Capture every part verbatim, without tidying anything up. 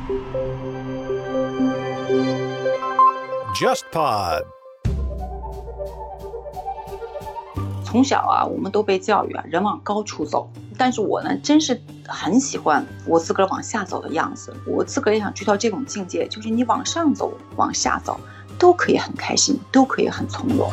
JustPod。 从小啊，我们都被教育啊，人往高处走。但是我呢，真是很喜欢我自个儿往下走的样子。我自个儿也想追到这种境界，就是你往上走，往下走，都可以很开心，都可以很从容。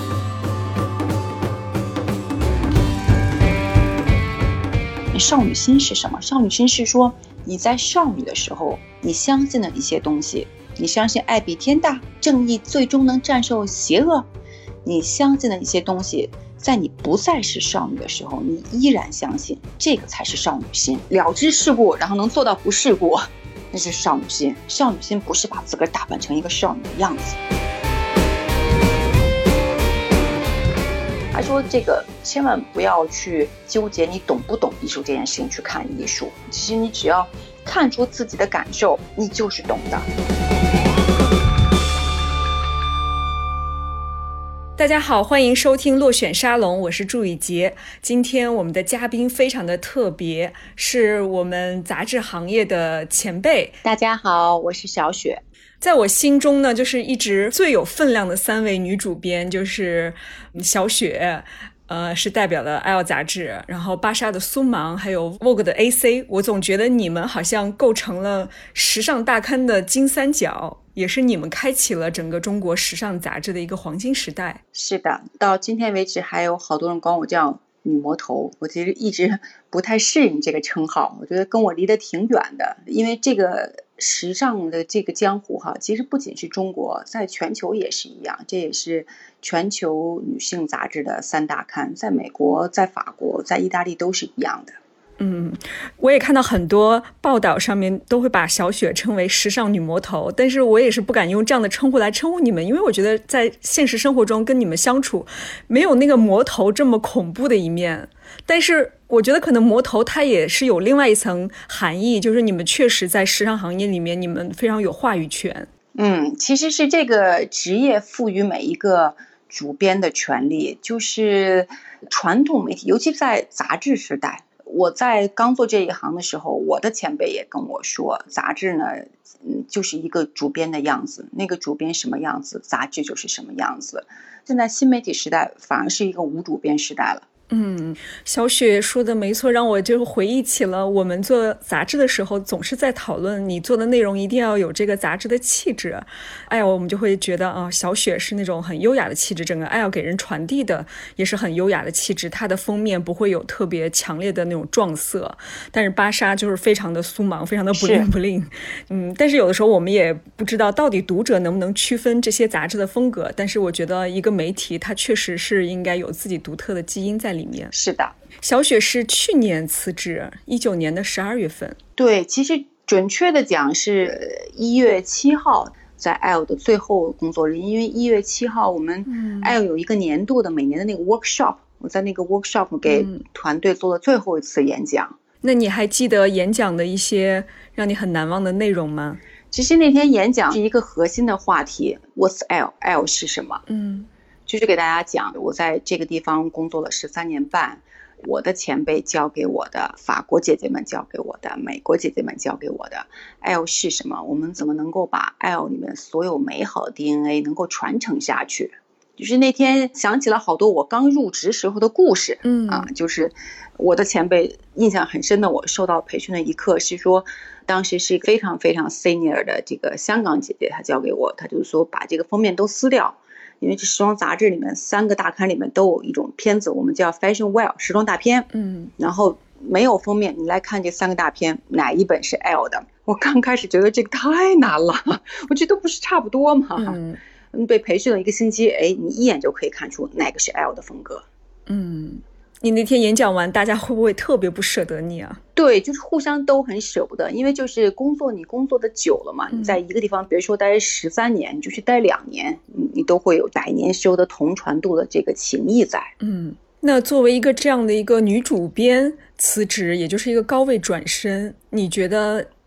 少女心是什么？少女心是说你在少女的时候，你相信的一些东西，你相信爱比天大，正义最终能战胜邪恶，你相信的一些东西，在你不再是少女的时候，你依然相信，这个才是少女心。了知世故，然后能做到不世故，那是少女心。少女心不是把自个儿打扮成一个少女的样子。他说这个千万不要去纠结你懂不懂艺术这件事情去看艺术，其实你只要看出自己的感受，你就是懂的。 大家好，欢迎收听落选沙龙，我是祝雨洁。今天我们的嘉宾非常的特别，是我们杂志行业的前辈。 大家好，我是小雪。 在我心中呢，就是一直最有分量的三位女主编，就是小雪，呃，是代表了 Elle 杂志，然后芭莎的苏芒，还有 Vogue 的 A C。 我总觉得你们好像构成了时尚大刊的金三角，也是你们开启了整个中国时尚杂志的一个黄金时代。 是的，到今天为止还有好多人管我叫女魔头，我其实一直不太适应这个称号，我觉得跟我离得挺远的。因为这个时尚的这个江湖哈，其实不仅是中国，在全球也是一样，这也是全球女性杂志的三大刊，在美国、在法国、在意大利都是一样的。 嗯，我也看到很多报道上面都会把小雪称为时尚女魔头，但是我也是不敢用这样的称呼来称呼你们，因为我觉得在现实生活中跟你们相处没有那个魔头这么恐怖的一面。但是我觉得可能魔头它也是有另外一层含义，就是你们确实在时尚行业里面你们非常有话语权。 嗯，其实是这个职业赋予每一个主编的权利，就是传统媒体，尤其在杂志时代，我在刚做这一行的时候，我的前辈也跟我说，杂志呢，嗯，就是一个主编的样子，那个主编什么样子，杂志就是什么样子。现在新媒体时代反而是一个无主编时代了。 嗯，小雪说的没错，让我就回忆起了我们做杂志的时候总是在讨论你做的内容一定要有这个杂志的气质。哎呀，我们就会觉得啊，小雪是那种很优雅的气质，整个哎要给人传递的也是很优雅的气质，它的封面不会有特别强烈的那种撞色，但是芭莎就是非常的苏芒，非常的不灵不灵。嗯，但是有的时候我们也不知道到底读者能不能区分这些杂志的风格，但是我觉得一个媒体它确实是应该有自己独特的基因在里面。 是的， 小雪是去年辞职，一九年的十二月份。 对，其实准确的讲是一月七号，在 Elle 的最后工作日，因为一月七号我们 Elle 有一个年度的每年的那个 workshop， 我在那个 workshop 给团队做了最后一次演讲。 嗯，那你还记得演讲的一些让你很难忘的内容吗？ 其实那天演讲是一个核心的话题 What's Elle？ Elle 是什么？ 嗯， 就是给大家讲，我在这个地方工作了十三年半，我的前辈教给我的，法国姐姐们教给我的，美国姐姐们教给我的 Elle 是什么，我们怎么能够把 Elle 里面所有美好的 D N A 能够传承下去。就是那天想起了好多我刚入职时候的故事。 嗯啊，就是我的前辈印象很深的，我受到培训的一课是说，当时是非常非常 senior 的这个香港姐姐，她教给我，她就是说把这个封面都撕掉，因为这时装杂志里面三个大刊里面都有一种片子，我们叫 Fashion Well 时装大片。 嗯， 然后没有封面，你来看这三个大片，哪一本是 Elle 的？我刚开始觉得这个太难了，我这都不是差不多吗？ 嗯， 被培训了一个星期，哎，你一眼就可以看出哪个是 Elle 的风格。 嗯，你那天演讲完，大家会不会特别不舍得你啊？ 对，就是互相都很舍不得，因为就是工作，你工作的久了嘛，你在一个地方，别说待十三年，你就去待两年，你都会有百年修得同船渡的这个情谊在。 嗯，那作为一个这样的一个女主编辞职，也就是一个高位转身，你觉得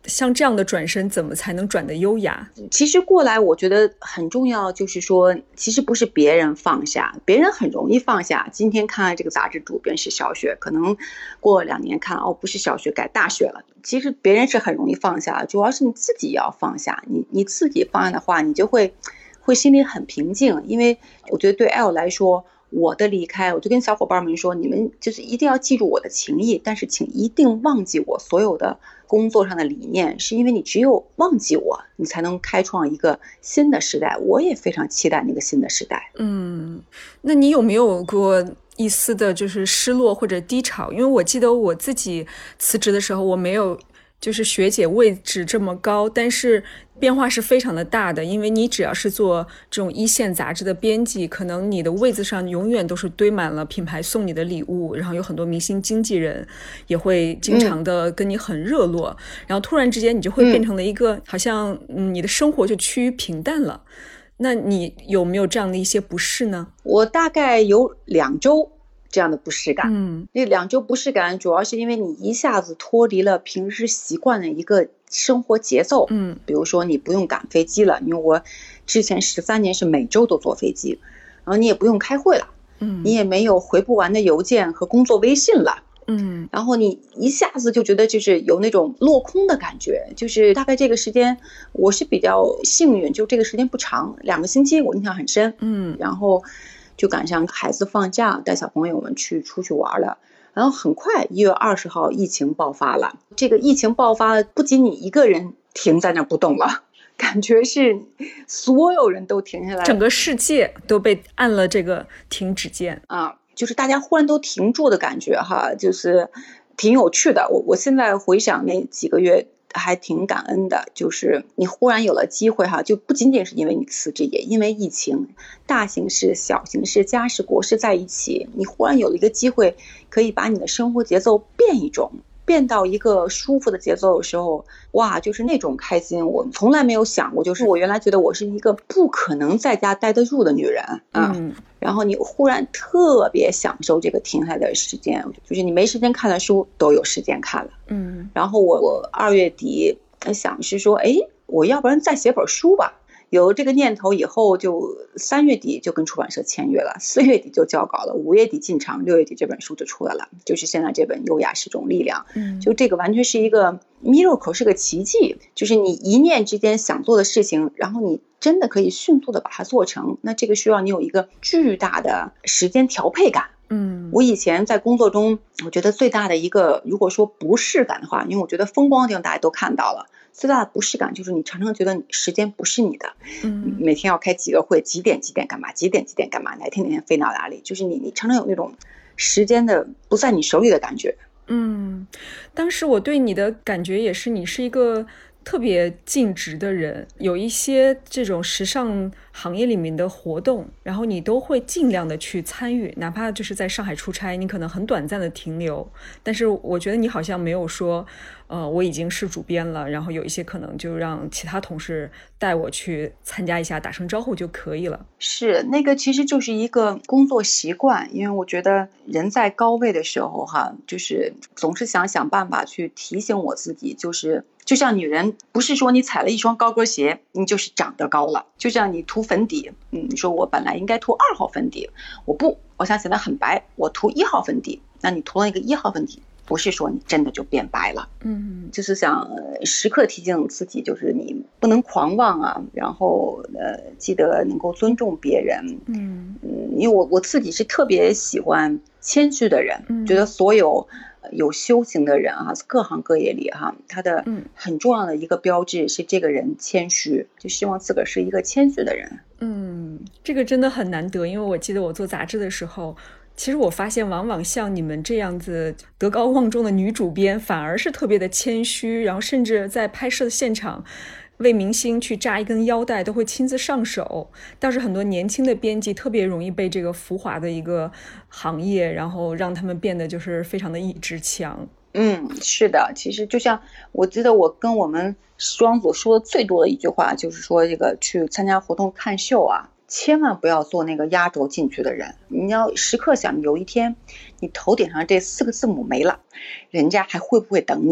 像这样的转身怎么才能转得优雅？ 其实过来我觉得很重要，就是说其实不是别人放下，别人很容易放下。今天看这个杂志主编是小雪，可能过两年看哦不是小雪改大雪了，其实别人是很容易放下，主要是你自己要放下。你你自己放下的话，你就会会心里很平静。因为我觉得对 L 来说，我的离开，我就跟小伙伴们说，你们就是一定要记住我的情谊，但是请一定忘记我所有的工作上的理念，是因为你只有忘记我，你才能开创一个新的时代。我也非常期待那个新的时代。 嗯，那你有没有过一丝的就是失落或者低潮？因为我记得我自己辞职的时候，我没有就是学姐位置这么高，但是变化是非常的大的。因为你只要是做这种一线杂志的编辑，可能你的位子上永远都是堆满了品牌送你的礼物，然后有很多明星经纪人也会经常的跟你很热络、嗯、然后突然之间你就会变成了一个、嗯、好像、嗯、你的生活就趋于平淡了。那你有没有这样的一些不适呢？ 我大概有两周这样的不适感。 嗯， 那两周不适感主要是因为你一下子脱离了平时习惯的一个生活节奏。 嗯， 比如说你不用赶飞机了，因为我之前十三年是每周都坐飞机，然后你也不用开会了， 嗯， 你也没有回不完的邮件和工作微信了。 嗯， 然后你一下子就觉得就是有那种落空的感觉。就是大概这个时间我是比较幸运，就这个时间不长，两个星期我印象很深。 嗯， 然后就赶上孩子放假，带小朋友们去出去玩了。然后很快一月二十号疫情爆发了。这个疫情爆发了，不仅你一个人停在那不动了，感觉是所有人都停下来， 整个世界都被按了这个停止键啊，就是大家忽然都停住的感觉哈，就是挺有趣的。我我现在回想那几个月还挺感恩的，就是你忽然有了机会哈，就不仅仅是因为你辞职，也因为疫情，大形势、小形势、家事、国事在一起，你忽然有了一个机会，可以把你的生活节奏变一种，变到一个舒服的节奏的时候，哇，就是那种开心，我从来没有想过。就是我原来觉得我是一个不可能在家待得住的女人啊， 嗯， 然后你忽然特别享受这个停下来的时间，就是你没时间看的书都有时间看了。 嗯， 然后我我二月底想是说，哎，我要不然再写本书吧。有这个念头以后，就三月底就跟出版社签约了，四月底就交稿了，五月底进场，六月底这本书就出来了，就是现在这本《优雅是种力量》。 嗯， 就这个完全是一个 miracle， 是个奇迹，就是你一念之间想做的事情，然后你真的可以迅速的把它做成。那这个需要你有一个巨大的时间调配感。 嗯， 我以前在工作中，我觉得最大的一个，如果说不适感的话，因为我觉得风光的地方大家都看到了，最大的不适感就是你常常觉得时间不是你的。 嗯， 每天要开几个会，几点几点干嘛，几点几点干嘛，哪天哪天飞到哪里，就是你你常常有那种时间的不在你手里的感觉。 嗯，当时我对你的感觉也是，你是一个特别尽职的人，有一些这种时尚行业里面的活动，然后你都会尽量的去参与，哪怕就是在上海出差，你可能很短暂的停留，但是我觉得你好像没有说呃，我已经是主编了，然后有一些可能就让其他同事带我去参加一下，打声招呼就可以了。 是，那个其实就是一个工作习惯，因为我觉得人在高位的时候哈，就是总是想想办法去提醒我自己，就是就像女人，不是说你踩了一双高跟鞋你就是长得高了，就像你涂粉底，嗯，你说我本来应该涂二号粉底，我不，我想显得很白，我涂一号粉底，那你涂了一个一号粉底，不是说你真的就变白了。 嗯， 就是想时刻提醒自己，就是你不能狂妄啊，然后呃，记得能够尊重别人。 嗯嗯，因为我我自己是特别喜欢谦虚的人， 嗯， 觉得所有有修行的人啊，各行各业里哈，他的很重要的一个标志是这个人谦虚，就希望自个儿是一个谦虚的人。 嗯，这个真的很难得，因为我记得我做杂志的时候，其实我发现往往像你们这样子德高望重的女主编反而是特别的谦虚，然后甚至在拍摄的现场为明星去扎一根腰带都会亲自上手。倒是很多年轻的编辑特别容易被这个浮华的一个行业，然后让他们变得就是非常的意志强。 嗯，是的，其实就像我记得我跟我们时装组说的最多的一句话，就是说这个去参加活动看秀啊，千万不要做那个压轴进去的人，你要时刻想有一天你头顶上这四个字母没了，人家还会不会等你？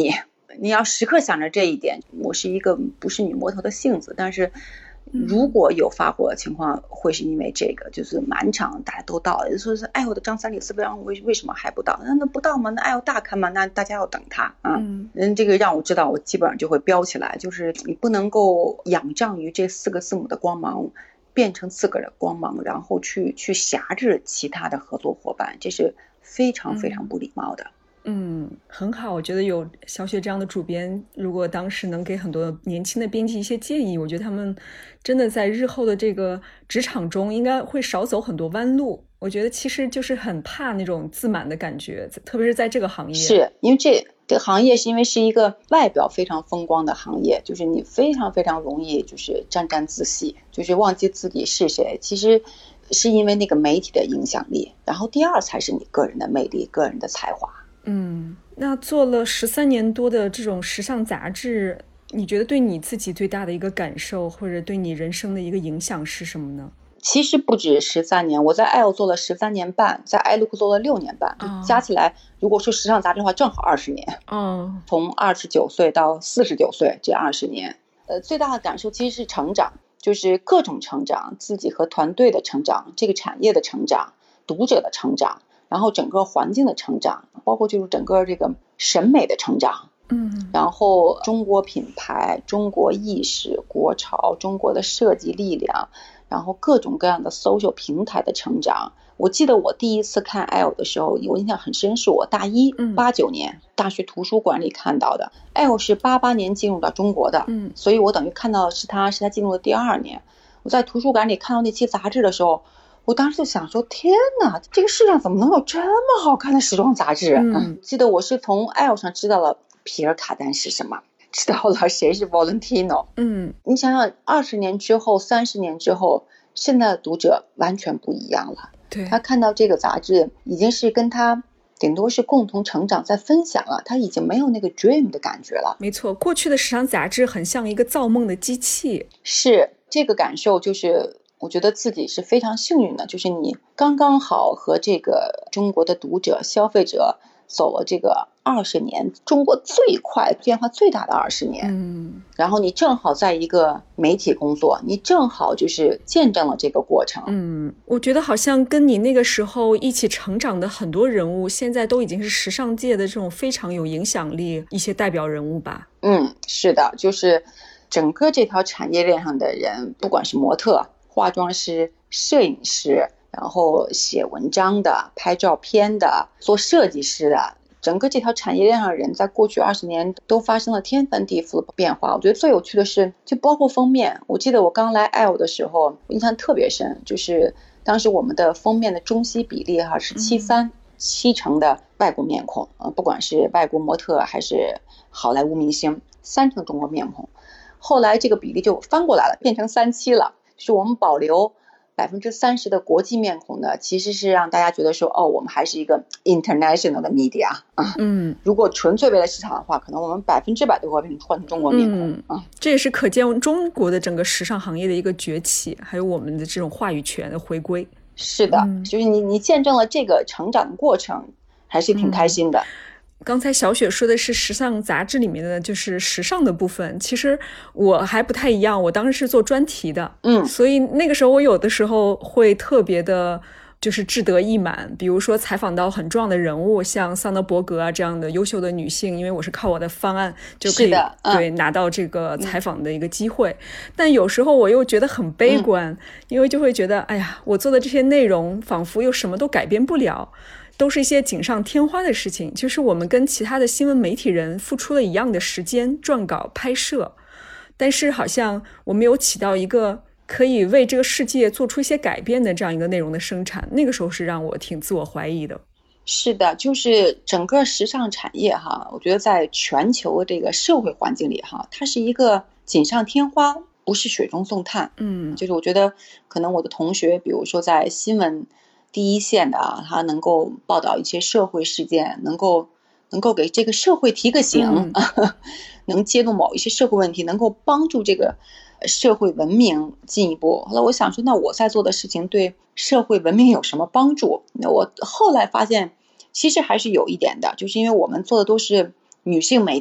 你要时刻想着这一点。我是一个不是女魔头的性子，但是如果有发火的情况，会是因为这个，就是满场大家都到了，说是哎我的张三李四不让为为什么还不到？那那不到吗？那哎呦大看嘛，那大家要等他啊。嗯，这个让我知道，我基本上就会飙起来，就是你不能够仰仗于这四个字母的光芒，变成自个儿的光芒，然后去去辖制其他的合作伙伴，这是非常非常不礼貌的。 嗯，很好，我觉得有小雪这样的主编，如果当时能给很多年轻的编辑一些建议，我觉得他们真的在日后的这个职场中应该会少走很多弯路。我觉得其实就是很怕那种自满的感觉，特别是在这个行业。 是因为这这个行业是因为是一个外表非常风光的行业，就是你非常非常容易就是沾沾自喜，就是忘记自己是谁。其实是因为那个媒体的影响力，然后第二才是你个人的魅力、个人的才华。 嗯，那做了十三年多的这种时尚杂志，你觉得对你自己最大的一个感受，或者对你人生的一个影响是什么呢？ 其实不止十三年，我在 Elle 做了十三年半，在 iLook 做了六年半，就加起来，如果说时尚杂志的话，正好二十年。 哦， 从二十九岁到四十九岁这二十年，呃，最大的感受其实是成长，就是各种成长，自己和团队的成长，这个产业的成长，读者的成长。然后整个环境的成长，包括就是整个这个审美的成长， 嗯， 然后中国品牌、中国意识、国潮、中国的设计力量，然后各种各样的 social 平台的成长。我记得我第一次看 Elle 的时候，我印象很深，是我大一八九年大学图书馆里看到的。Elle 是八八年进入到中国的，嗯，所以我等于看到是他是他进入的第二年。我在图书馆里看到那期杂志的时候，我当时就想说，天哪，这个世上怎么能有这么好看的时装杂志？嗯，嗯记得我是从 Elle 上知道了皮尔卡丹是什么，知道了谁是 Valentino。嗯，你想想，二十年之后、三十年之后，现在的读者完全不一样了。 对， 他看到这个杂志，已经是跟他顶多是共同成长在分享了，他已经没有那个 dream 的感觉了。 没错，过去的时尚杂志很像一个造梦的机器。 是这个感受，就是我觉得自己是非常幸运的，就是你刚刚好和这个中国的读者、消费者走了这个二十年，中国最快变化最大的二十年。嗯，然后你正好在一个媒体工作，你正好就是见证了这个过程。 嗯，我觉得好像跟你那个时候一起成长的很多人物，现在都已经是时尚界的这种非常有影响力一些代表人物吧。 嗯，是的，就是整个这条产业链上的人，不管是模特、化妆师、摄影师，然后写文章的、拍照片的、做设计师的，整个这条产业链上的人在过去二十年都发生了天翻地覆的变化。我觉得最有趣的是，就包括封面，我记得我刚来 Elle 的时候印象特别深，就是当时我们的封面的中西比例哈是七三，七成的外国面孔，呃，不管是外国模特还是好莱坞明星，三成中国面孔。后来这个比例就翻过来了，变成三七了，就是我们保留百分之三十的国际面孔呢，其实是让大家觉得说，哦，我们还是一个 international 的 media 啊。嗯，如果纯粹为了市场的话，可能我们百分之百都会变成换成中国面孔、嗯、啊。 这也是可见中国的整个时尚行业的一个崛起，还有我们的这种话语权的回归。 是的，嗯、就是你你见证了这个成长的过程，还是挺开心的。嗯， 刚才小雪说的是时尚杂志里面的就是时尚的部分，其实我还不太一样，我当时是做专题的，嗯，所以那个时候我有的时候会特别的就是志得意满，比如说采访到很重要的人物，像桑德伯格啊这样的优秀的女性，因为我是靠我的方案就可以、嗯、对拿到这个采访的一个机会、嗯、但有时候我又觉得很悲观、嗯、因为就会觉得哎呀，我做的这些内容仿佛又什么都改变不了，都是一些锦上添花的事情，就是我们跟其他的新闻媒体人付出了一样的时间撰稿拍摄，但是好像我没有起到一个可以为这个世界做出一些改变的这样一个内容的生产，那个时候是让我挺自我怀疑的。 是的，就是整个时尚产业哈，我觉得在全球这个社会环境里哈，它是一个锦上添花，不是水中送炭。嗯，就是我觉得可能我的同学，比如说在新闻第一线的啊，他能够报道一些社会事件，能够能够给这个社会提个醒、嗯、能揭露某一些社会问题，能够帮助这个社会文明进一步。后来我想说，那我在做的事情对社会文明有什么帮助？那我后来发现其实还是有一点的，就是因为我们做的都是女性媒体，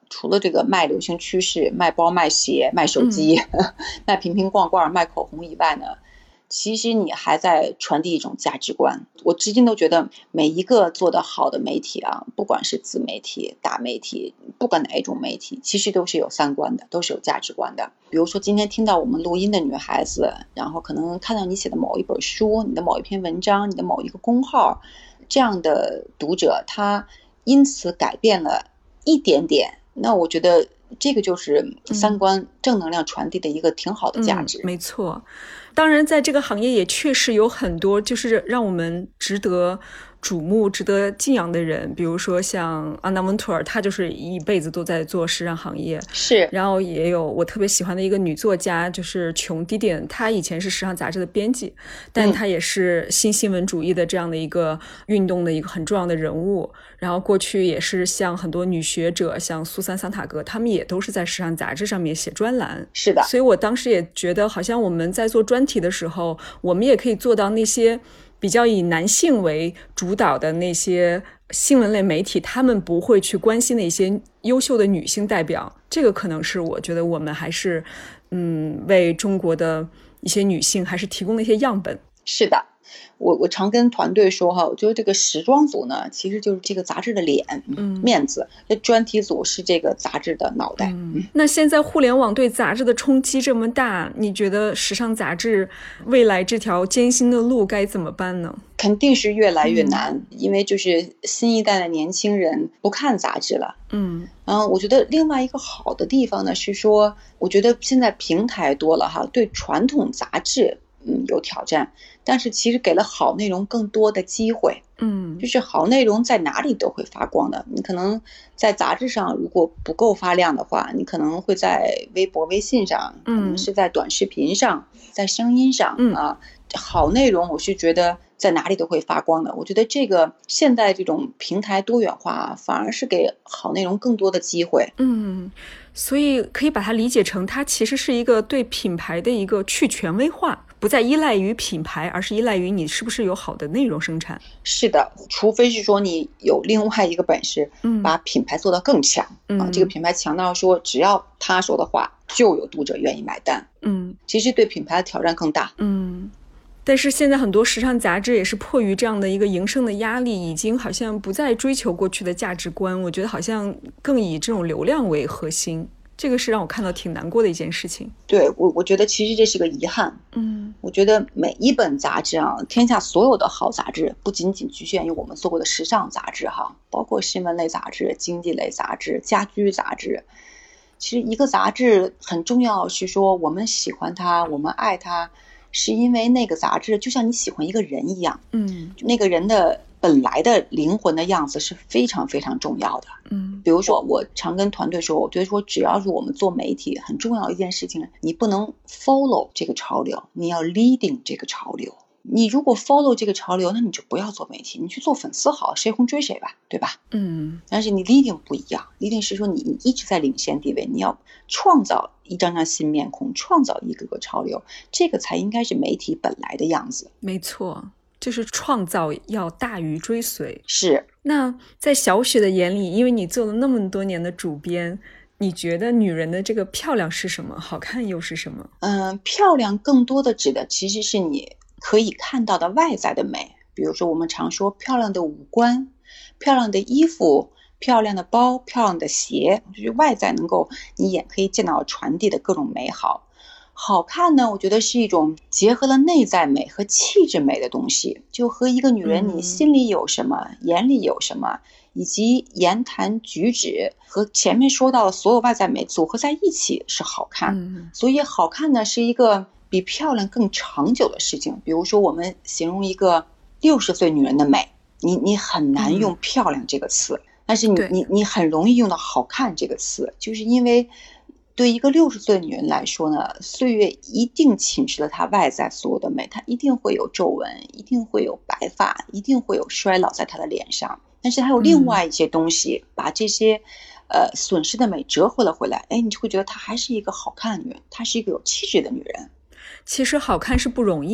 除了这个卖流行趋势、卖包、卖鞋、卖手机、嗯、卖瓶瓶罐罐、卖口红以外呢，其实你还在传递一种价值观。我至今都觉得每一个做得好的媒体啊，不管是自媒体、大媒体，不管哪一种媒体，其实都是有三观的，都是有价值观的。比如说今天听到我们录音的女孩子，然后可能看到你写的某一本书、你的某一篇文章、你的某一个公号，这样的读者他因此改变了一点点，那我觉得这个就是三观正能量传递的一个挺好的价值。 嗯嗯、没错。当然在这个行业也确实有很多就是让我们值得瞩目值得敬仰的人，比如说像安娜温图尔，她就是一辈子都在做时尚行业， 是。 然后也有我特别喜欢的一个女作家，就是琼迪典，她以前是时尚杂志的编辑，但她也是新新闻主义的这样的一个运动的一个很重要的人物。然后过去也是像很多女学者，像苏珊·桑塔格，她们也都是在时尚杂志上面写专栏。 是的。 所以我当时也觉得，好像我们在做专题的时候，我们也可以做到那些比较以男性为主导的那些新闻类媒体，他们不会去关心的一些优秀的女性代表。这个可能是我觉得我们还是嗯为中国的一些女性还是提供了一些样本。 是的。我我常跟团队说哈，我觉得这个时装组呢，其实就是这个杂志的脸、嗯、面子，这专题组是这个杂志的脑袋。 嗯、那现在互联网对杂志的冲击这么大，你觉得时尚杂志未来这条艰辛的路该怎么办呢？ 肯定是越来越难、嗯、因为就是新一代的年轻人不看杂志了。 嗯， 然后我觉得另外一个好的地方呢是说，我觉得现在平台多了哈，对传统杂志嗯有挑战，但是其实给了好内容更多的机会。 嗯， 就是好内容在哪里都会发光的。你可能在杂志上如果不够发亮的话，你可能会在微博、微信上，可能是在短视频上，在声音上、 嗯、 啊，好内容我是觉得在哪里都会发光的。我觉得这个现在这种平台多元化，反而是给好内容更多的机会。 嗯，所以可以把它理解成，它其实是一个对品牌的一个去权威化，不再依赖于品牌，而是依赖于你是不是有好的内容生产。 是的，除非是说你有另外一个本事，嗯，把品牌做得更强、嗯、啊，这个品牌强到说只要他说的话就有读者愿意买单。 嗯， 其实对品牌的挑战更大。 嗯，但是现在很多时尚杂志也是迫于这样的一个营生的压力，已经好像不再追求过去的价值观，我觉得好像更以这种流量为核心，这个是让我看到挺难过的一件事情。 对，我我觉得其实这是个遗憾。 嗯， 我觉得每一本杂志啊，天下所有的好杂志，不仅仅局限于我们做过的时尚杂志哈，包括新闻类杂志、经济类杂志、家居杂志。其实一个杂志很重要是说，我们喜欢它，我们爱它，是因为那个杂志就像你喜欢一个人一样。 嗯， 那个人的本来的灵魂的样子是非常非常重要的。 嗯， 比如说我常跟团队说，我觉得说只要是我们做媒体，很重要一件事情，你不能 follow 这个潮流，你要 leading 这个潮流。你如果 follow 这个潮流，那你就不要做媒体，你去做粉丝好，谁红追谁吧，对吧？ 嗯， 但是你 leading 不一样， leading 是说你你一直在领先地位，你要创造一张张新面孔，创造一个个潮流，这个才应该是媒体本来的样子。 没错，就是创造要大于追随。 是。 那在小雪的眼里，因为你做了那么多年的主编，你觉得女人的这个漂亮是什么？好看又是什么？ 嗯，漂亮更多的指的其实是你可以看到的外在的美，比如说我们常说漂亮的五官、漂亮的衣服、漂亮的包、漂亮的鞋，就是外在能够你眼可以见到传递的各种美好。好看呢，我觉得是一种结合了内在美和气质美的东西，就和一个女人你心里有什么、嗯、眼里有什么，以及言谈举止和前面说到的所有外在美组合在一起是好看、嗯、所以好看呢是一个比漂亮更长久的事情。比如说我们形容一个六十岁女人的美，你你很难用漂亮这个词、嗯、但是你你你很容易用到好看这个词，就是因为对一个六十岁的女人来说呢，岁月一定侵蚀了她外在所有的美，她一定会有皱纹，一定会有白发，一定会有衰老在她的脸上，但是还有另外一些东西、嗯、把这些呃损失的美折回了回来，哎，你就会觉得她还是一个好看的女人，她是一个有气质的女人。 其实好看是不容易的，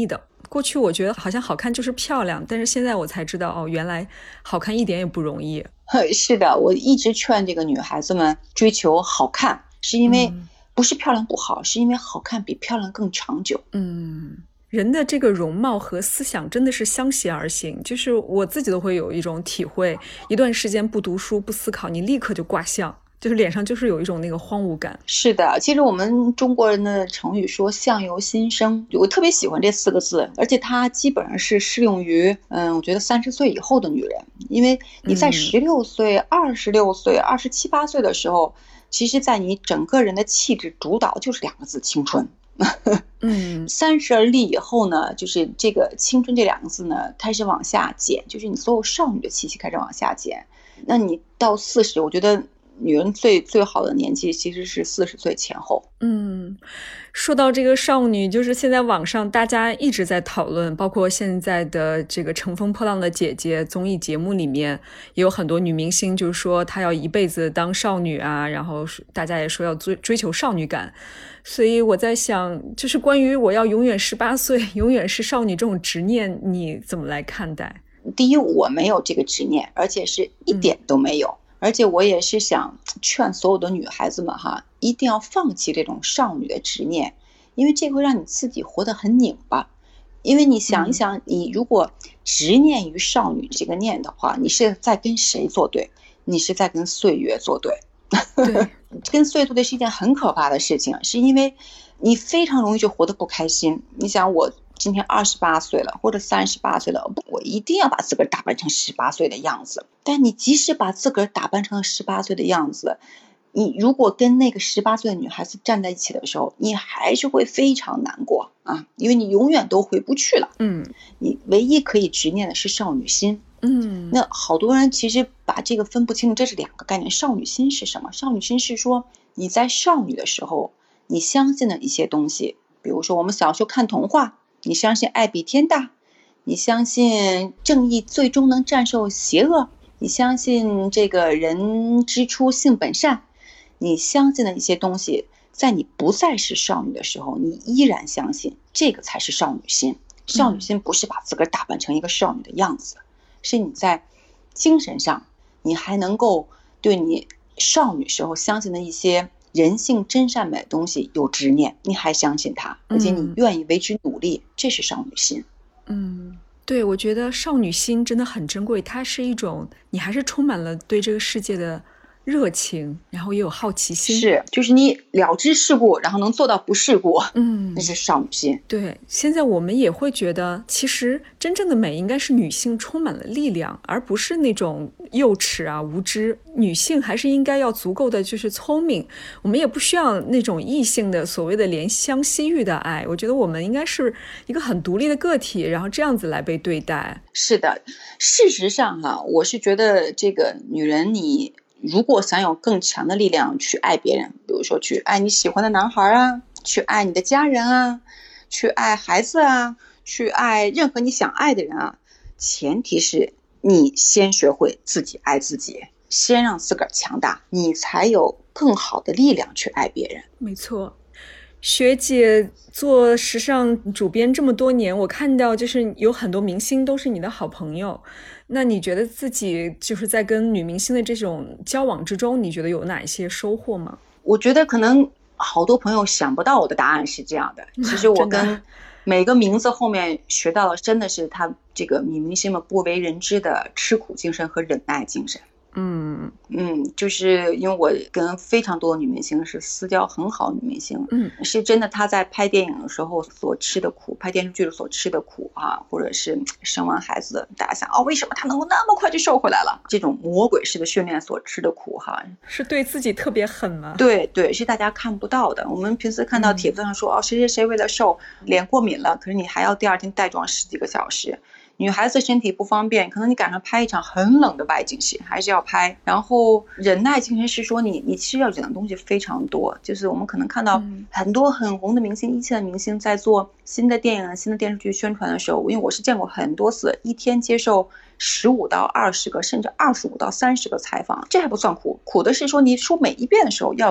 过去我觉得好像好看就是漂亮，但是现在我才知道哦，原来好看一点也不容易。 是的，我一直劝这个女孩子们追求好看，是因为不是漂亮不好，嗯、是因为好看比漂亮更长久。 嗯，人的这个容貌和思想真的是相携而行，就是我自己都会有一种体会，一段时间不读书不思考，你立刻就卦象，就是脸上就是有一种那个荒芜感。 是的，其实我们中国人的成语说相由心生，我特别喜欢这四个字，而且它基本上是适用于嗯，我觉得三十岁以后的女人，因为你在十六岁、二十六岁、二十七八岁的时候，其实在你整个人的气质主导就是两个字：青春。 嗯， 三十而立以后呢，就是这个青春这两个字呢开始往下减，就是你所有少女的气息开始往下减。那你到四十，我觉得女人最最好的年纪其实是四十岁前后。 嗯，说到这个少女，就是现在网上大家一直在讨论，包括现在的这个乘风破浪的姐姐综艺节目里面也有很多女明星就是说她要一辈子当少女啊，然后大家也说要追追求少女感。所以我在想，就是关于我要永远十八岁永远是少女这种执念，你怎么来看待？ 第一，我没有这个执念，而且是一点都没有、嗯、而且我也是想劝所有的女孩子们哈，一定要放弃这种少女的执念，因为这会让你自己活得很拧巴。因为你想一想，你如果执念于少女这个念的话，你是在跟谁作对？你是在跟岁月作对。 对， 跟岁月作对是一件很可怕的事情，是因为你非常容易就活得不开心。你想，我今天二十八岁了，或者三十八岁了，我一定要把自个儿打扮成十八岁的样子。但你即使把自个儿打扮成十八岁的样子，你如果跟那个十八岁的女孩子站在一起的时候，你还是会非常难过啊，因为你永远都回不去了。 嗯， 你唯一可以执念的是少女心。 嗯， 那好多人其实把这个分不清，这是两个概念。少女心是什么？少女心是说你在少女的时候，你相信的一些东西，比如说我们小时候看童话，你相信爱比天大，你相信正义最终能战胜邪恶，你相信这个人之初性本善，你相信的一些东西，在你不再是少女的时候，你依然相信，这个才是少女心。少女心不是把自个儿打扮成一个少女的样子，是你在精神上你还能够对你少女时候相信的一些人性真善美的东西有执念，你还相信它，而且你愿意为之努力、嗯、这是少女心。 嗯，对，我觉得少女心真的很珍贵，它是一种你还是充满了对这个世界的热情，然后也有好奇心， 是就是你了知世故，然后能做到不世故， 嗯， 那是少女心。 对，现在我们也会觉得其实真正的美应该是女性充满了力量，而不是那种幼稚啊无知。女性还是应该要足够的就是聪明，我们也不需要那种异性的所谓的怜香惜玉的爱，我觉得我们应该是一个很独立的个体，然后这样子来被对待。 是的，事实上哈、啊，我是觉得这个女人你如果想有更强的力量去爱别人，比如说去爱你喜欢的男孩啊，去爱你的家人啊，去爱孩子啊，去爱任何你想爱的人啊，前提是你先学会自己爱自己，先让自个儿强大，你才有更好的力量去爱别人。 没错。学姐做时尚主编这么多年，我看到就是有很多明星都是你的好朋友，那你觉得自己就是在跟女明星的这种交往之中，你觉得有哪一些收获吗？ 我觉得可能好多朋友想不到我的答案是这样的，其实我跟每个名字后面学到的真的是他这个女明星们不为人知的吃苦精神和忍耐精神。 嗯嗯，就是因为我跟非常多的女明星是私交很好的女明星， 嗯， 是真的她在拍电影的时候所吃的苦，拍电视剧所吃的苦啊，或者是生完孩子，大家想哦，为什么她能够那么快就瘦回来了？这种魔鬼式的训练所吃的苦哈， 是对自己特别狠吗？ 对对，是大家看不到的。我们平时看到帖子上说、嗯、哦，谁谁谁为了瘦脸过敏了，可是你还要第二天带妆十几个小时。女孩子身体不方便，可能你赶上拍一场很冷的外景戏，还是要拍。然后忍耐精神是说你你其实要忍的东西非常多，就是我们可能看到很多很红的明星、一线的明星在做新的电影、新的电视剧宣传的时候，因为我是见过很多次，一天接受十五到二十个，甚至二十五到三十个采访，这还不算苦，苦的是说你说每一遍的时候要有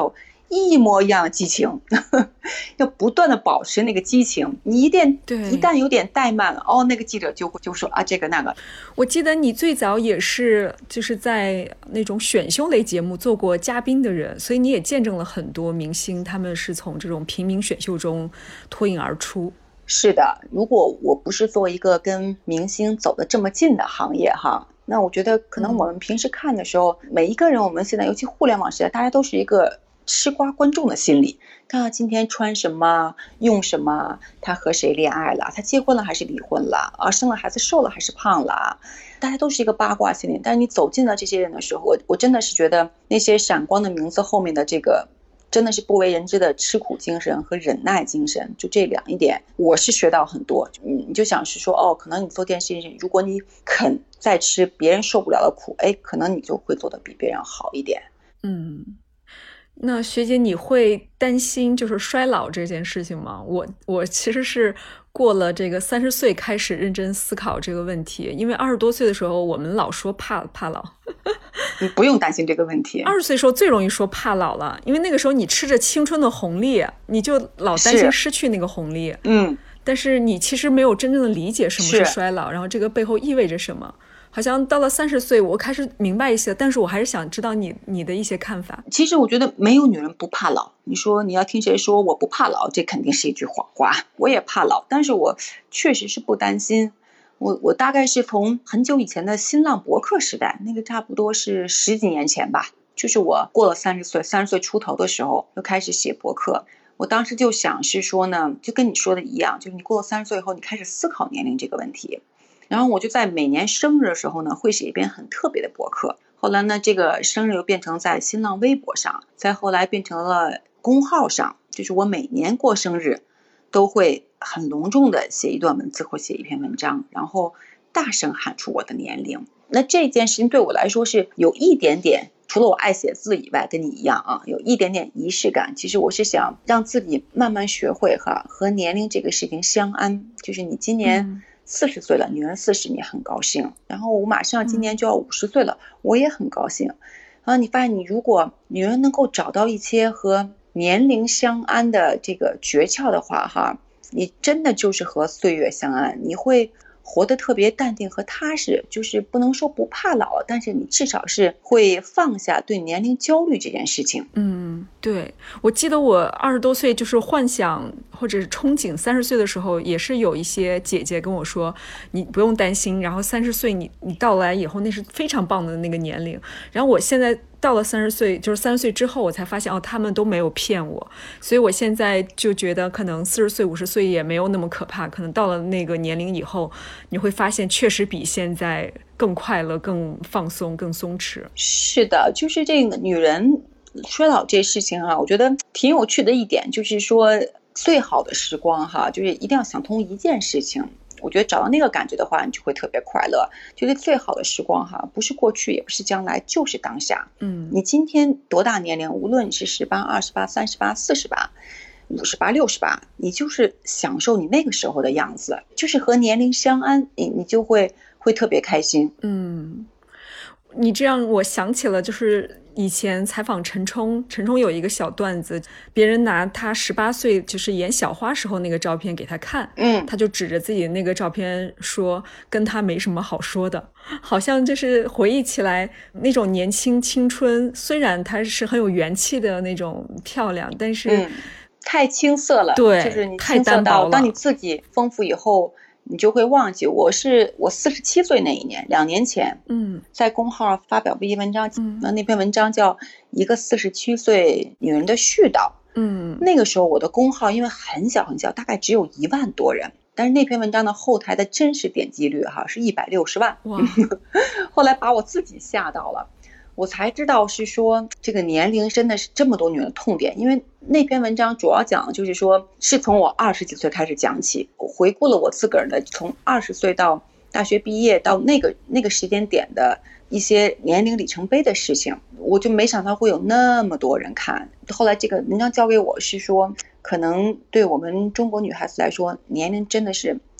一模一样的激情，要不断的保持那个激情。你一旦一旦有点怠慢了，哦，那个记者就会就说啊这个那个。 我记得你最早也是就是在那种选秀类节目做过嘉宾的人，所以你也见证了很多明星他们是从这种平民选秀中脱颖而出。 是的，如果我不是做一个跟明星走得这么近的行业哈，那我觉得可能我们平时看的时候，嗯、每一个人我们现在尤其互联网时代，大家都是一个吃瓜观众的心理，他今天穿什么用什么，他和谁恋爱了，他结婚了还是离婚了啊，生了孩子瘦了还是胖了，大家都是一个八卦心理。但是你走进了这些人的时候，我我真的是觉得那些闪光的名字后面的这个真的是不为人知的吃苦精神和忍耐精神，就这两一点我是学到很多。你就想是说哦，可能你做电视如果你肯再吃别人受不了的苦，哎，可能你就会做得比别人好一点。 嗯，那学姐你会担心就是衰老这件事情吗？我我其实是过了这个三十岁开始认真思考这个问题，因为二十多岁的时候我们老说怕怕老。 你不用担心这个问题。 二十岁时候最容易说怕老了，因为那个时候你吃着青春的红利，你就老担心失去那个红利。 嗯， 但是你其实没有真正的理解什么是衰老，然后这个背后意味着什么。好像到了三十岁，我开始明白一些，但是我还是想知道你你的一些看法。 其实我觉得没有女人不怕老。你说你要听谁说我不怕老，这肯定是一句谎话。我也怕老，但是我确实是不担心。我我大概是从很久以前的新浪博客时代，那个差不多是十几年前吧，就是我过了三十岁，三十岁出头的时候，就开始写博客。我当时就想是说呢，就跟你说的一样，就是你过了三十岁以后，你开始思考年龄这个问题。然后我就在每年生日的时候呢，会写一篇很特别的博客。后来呢，这个生日又变成在新浪微博上，再后来变成了公号上，就是我每年过生日都会很隆重的写一段文字或写一篇文章，然后大声喊出我的年龄。那这件事情对我来说是有一点点，除了我爱写字以外，跟你一样啊，有一点点仪式感。其实我是想让自己慢慢学会哈和年龄这个事情相安。就是你今年四十岁了，女人四十你很高兴，然后我马上今年就要五十岁了，我也很高兴。然后你发现，你如果女人能够找到一些和年龄相安的这个诀窍的话哈，你真的就是和岁月相安，你会活得特别淡定和踏实。就是不能说不怕老，但是你至少是会放下对年龄焦虑这件事情。 嗯，对，我记得我二十多岁就是幻想或者是憧憬三十岁的时候，也是有一些姐姐跟我说你不用担心，然后三十岁你你到来以后那是非常棒的那个年龄。然后我现在到了三十岁，就是三十岁之后我才发现哦，他们都没有骗我。所以我现在就觉得可能四十岁五十岁也没有那么可怕，可能到了那个年龄以后，你会发现确实比现在更快乐更放松更松弛。 是的，就是这个女人衰老这事情哈，我觉得挺有趣的一点就是说，最好的时光哈，就是一定要想通一件事情。我觉得找到那个感觉的话，你就会特别快乐。就是最好的时光哈，不是过去，也不是将来，就是当下。 嗯， 你今天多大年龄，无论是十八、二十八、三十八、四十八、五十八、六十八，你就是享受你那个时候的样子，就是和年龄相安，你你就会会特别开心。 嗯，你这样我想起了，就是以前采访陈冲，陈冲有一个小段子，别人拿他十八岁就是演小花时候那个照片给他看， 嗯， 他就指着自己那个照片说跟他没什么好说的。好像就是回忆起来那种年轻青春，虽然他是很有元气的那种漂亮，但是、 嗯、太青涩了。 对， 就是你青涩到当你自己丰富以后，你就会忘记。我是我四十七岁那一年，两年前， 嗯， 在公号发表过一文章，嗯，那篇文章叫《一个四十七岁女人的絮叨》。 嗯， 那个时候我的公号因为很小很小，大概只有一万多人，但是那篇文章的后台的真实点击率哈是一百六十万。 哇！ 后来把我自己吓到了。我才知道是说这个年龄真的是这么多女人的痛点。因为那篇文章主要讲就是说是从我二十几岁开始讲起，我回顾了我自个儿的从二十岁到大学毕业到那个那个时间点的一些年龄里程碑的事情，我就没想到会有那么多人看。后来这个文章交给我是说，可能对我们中国女孩子来说，年龄真的是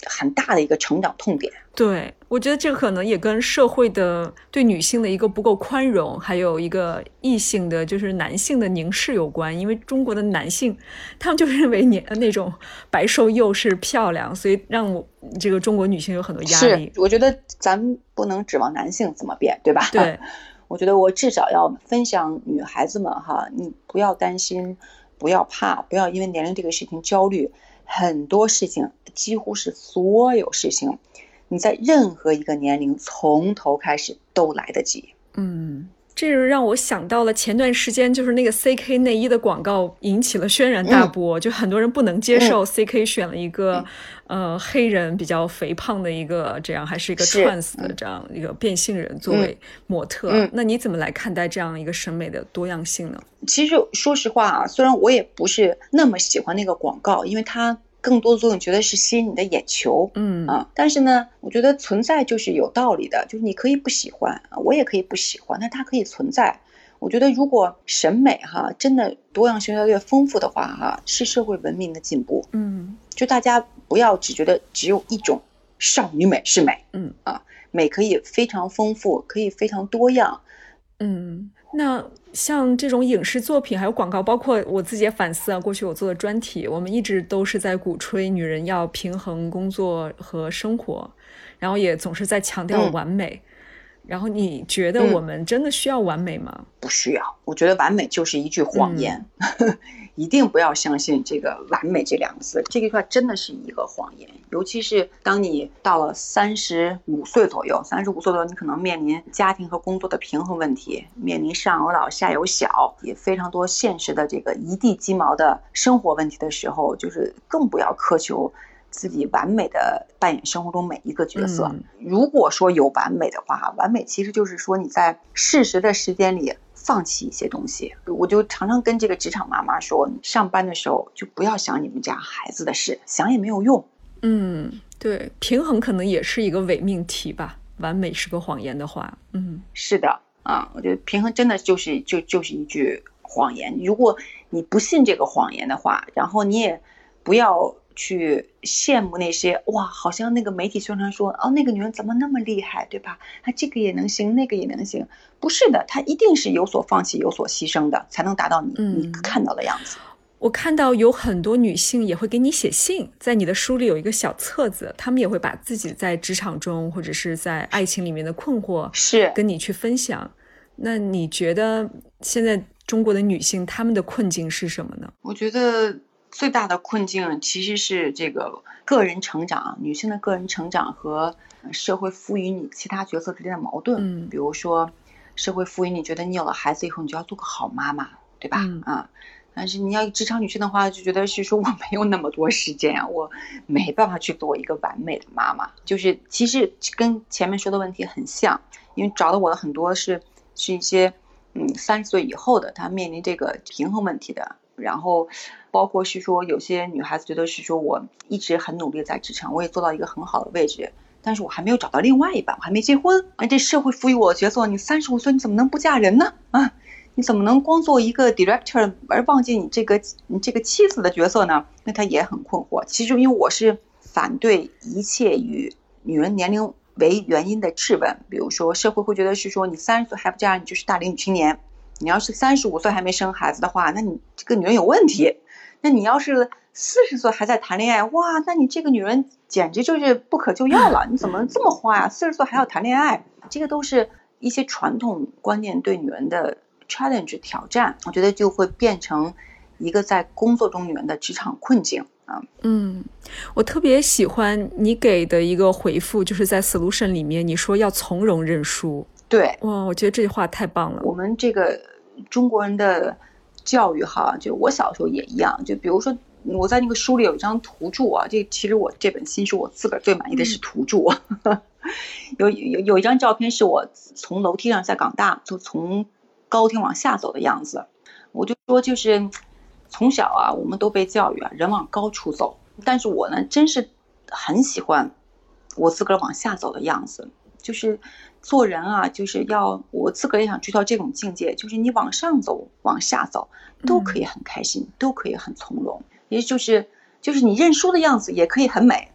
很大的一个成长痛点。 对，我觉得这个可能也跟社会的对女性的一个不够宽容，还有一个异性的就是男性的凝视有关。因为中国的男性他们就认为你那种白瘦幼是漂亮，所以让我这个中国女性有很多压力。 是，我觉得咱们不能指望男性怎么变，对吧？ 对， 我觉得我至少要分享女孩子们哈，你不要担心，不要怕，不要因为年龄这个事情焦虑。很多事情，几乎是所有事情，你在任何一个年龄从头开始都来得及。 嗯，这让我想到了前段时间就是那个 C K 内衣的广告引起了轩然大波、嗯、就很多人不能接受、嗯、C K 选了一个、嗯、呃黑人比较肥胖的一个这样还是一个 trans 的这样一个变性人作为模特、嗯嗯、那你怎么来看待这样一个审美的多样性呢？ 其实说实话啊，虽然我也不是那么喜欢那个广告，因为它更多的作用觉得是吸引你的眼球， 嗯啊，但是呢，我觉得存在就是有道理的，就是你可以不喜欢，我也可以不喜欢，但它可以存在。我觉得如果审美哈真的多样性越来越丰富的话哈，是社会文明的进步。 嗯， 就大家不要只觉得只有一种少女美是美， 嗯啊，美可以非常丰富，可以非常多样。 嗯，那像这种影视作品还有广告，包括我自己也反思啊，过去我做的专题，我们一直都是在鼓吹女人要平衡工作和生活，然后也总是在强调完美、嗯、然后你觉得我们真的需要完美吗？ 嗯、不需要，我觉得完美就是一句谎言、嗯、一定不要相信这个完美这两个字，这句话真的是一个谎言。尤其是当你到了三十五岁左右，三十五岁左右，你可能面临家庭和工作的平衡问题，面临上有老下有小，也非常多现实的这个一地鸡毛的生活问题的时候，就是更不要苛求自己完美的扮演生活中每一个角色、嗯、如果说有完美的话，完美其实就是说你在适时的时间里放弃一些东西。我就常常跟这个职场妈妈说，上班的时候就不要想你们家孩子的事，想也没有用。 嗯，对，平衡可能也是一个伪命题吧，完美是个谎言的话。嗯， 是的啊，我觉得平衡真的就是就就是一句谎言。如果你不信这个谎言的话，然后你也不要去羡慕那些哇，好像那个媒体宣传说哦，那个女人怎么那么厉害，对吧？她这个也能行，那个也能行。不是的，她一定是有所放弃有所牺牲的，才能达到你、嗯、你看到的样子。 我看到有很多女性也会给你写信，在你的书里有一个小册子，她们也会把自己在职场中或者是在爱情里面的困惑是跟你去分享。那你觉得现在中国的女性她们的困境是什么呢？ 我觉得最大的困境其实是这个个人成长，女性的个人成长和社会赋予你其他角色之间的矛盾。 嗯， 比如说社会赋予你觉得你有了孩子以后你就要做个好妈妈，对吧？ 嗯啊，但是你要职场女性的话，就觉得是说我没有那么多时间啊，我没办法去做一个完美的妈妈。就是其实跟前面说的问题很像，因为找到我的很多是是一些嗯三十岁以后的，她面临这个平衡问题的。然后包括是说有些女孩子觉得是说我一直很努力在职场，我也做到一个很好的位置，但是我还没有找到另外一半，我还没结婚。而这社会赋予我的角色，你三十五岁你怎么能不嫁人呢？啊，你怎么能光做一个 director 而忘记你这个你这个妻子的角色呢？那他也很困惑。其实因为我是反对一切以女人年龄为原因的质问，比如说社会会觉得是说你三十岁还不嫁人，你就是大龄女青年。你要是三十五岁还没生孩子的话，那你这个女人有问题。那你要是四十岁还在谈恋爱，哇，那你这个女人简直就是不可救药了。你怎么能这么花呀？四十岁还要谈恋爱，这个都是一些传统观念对女人的 challenge 挑战。我觉得就会变成一个在工作中女人的职场困境啊。 嗯，我特别喜欢你给的一个回复，就是在 solution 里面你说要从容认输。 对， 哇，我觉得这句话太棒了。 我们这个中国人的教育哈，就我小时候也一样，就比如说我在那个书里有一张图注啊，这其实我这本新书我自个儿最满意的是图注。嗯、有有有一张照片是我从楼梯上在港大就从高厅往下走的样子。我就说就是从小啊，我们都被教育啊，人往高处走，但是我呢，真是很喜欢我自个儿往下走的样子。就是做人啊，就是要我自个儿也想追到这种境界，就是你往上走往下走都可以很开心、嗯、都可以很从容，也就是就是你认输的样子也可以很美。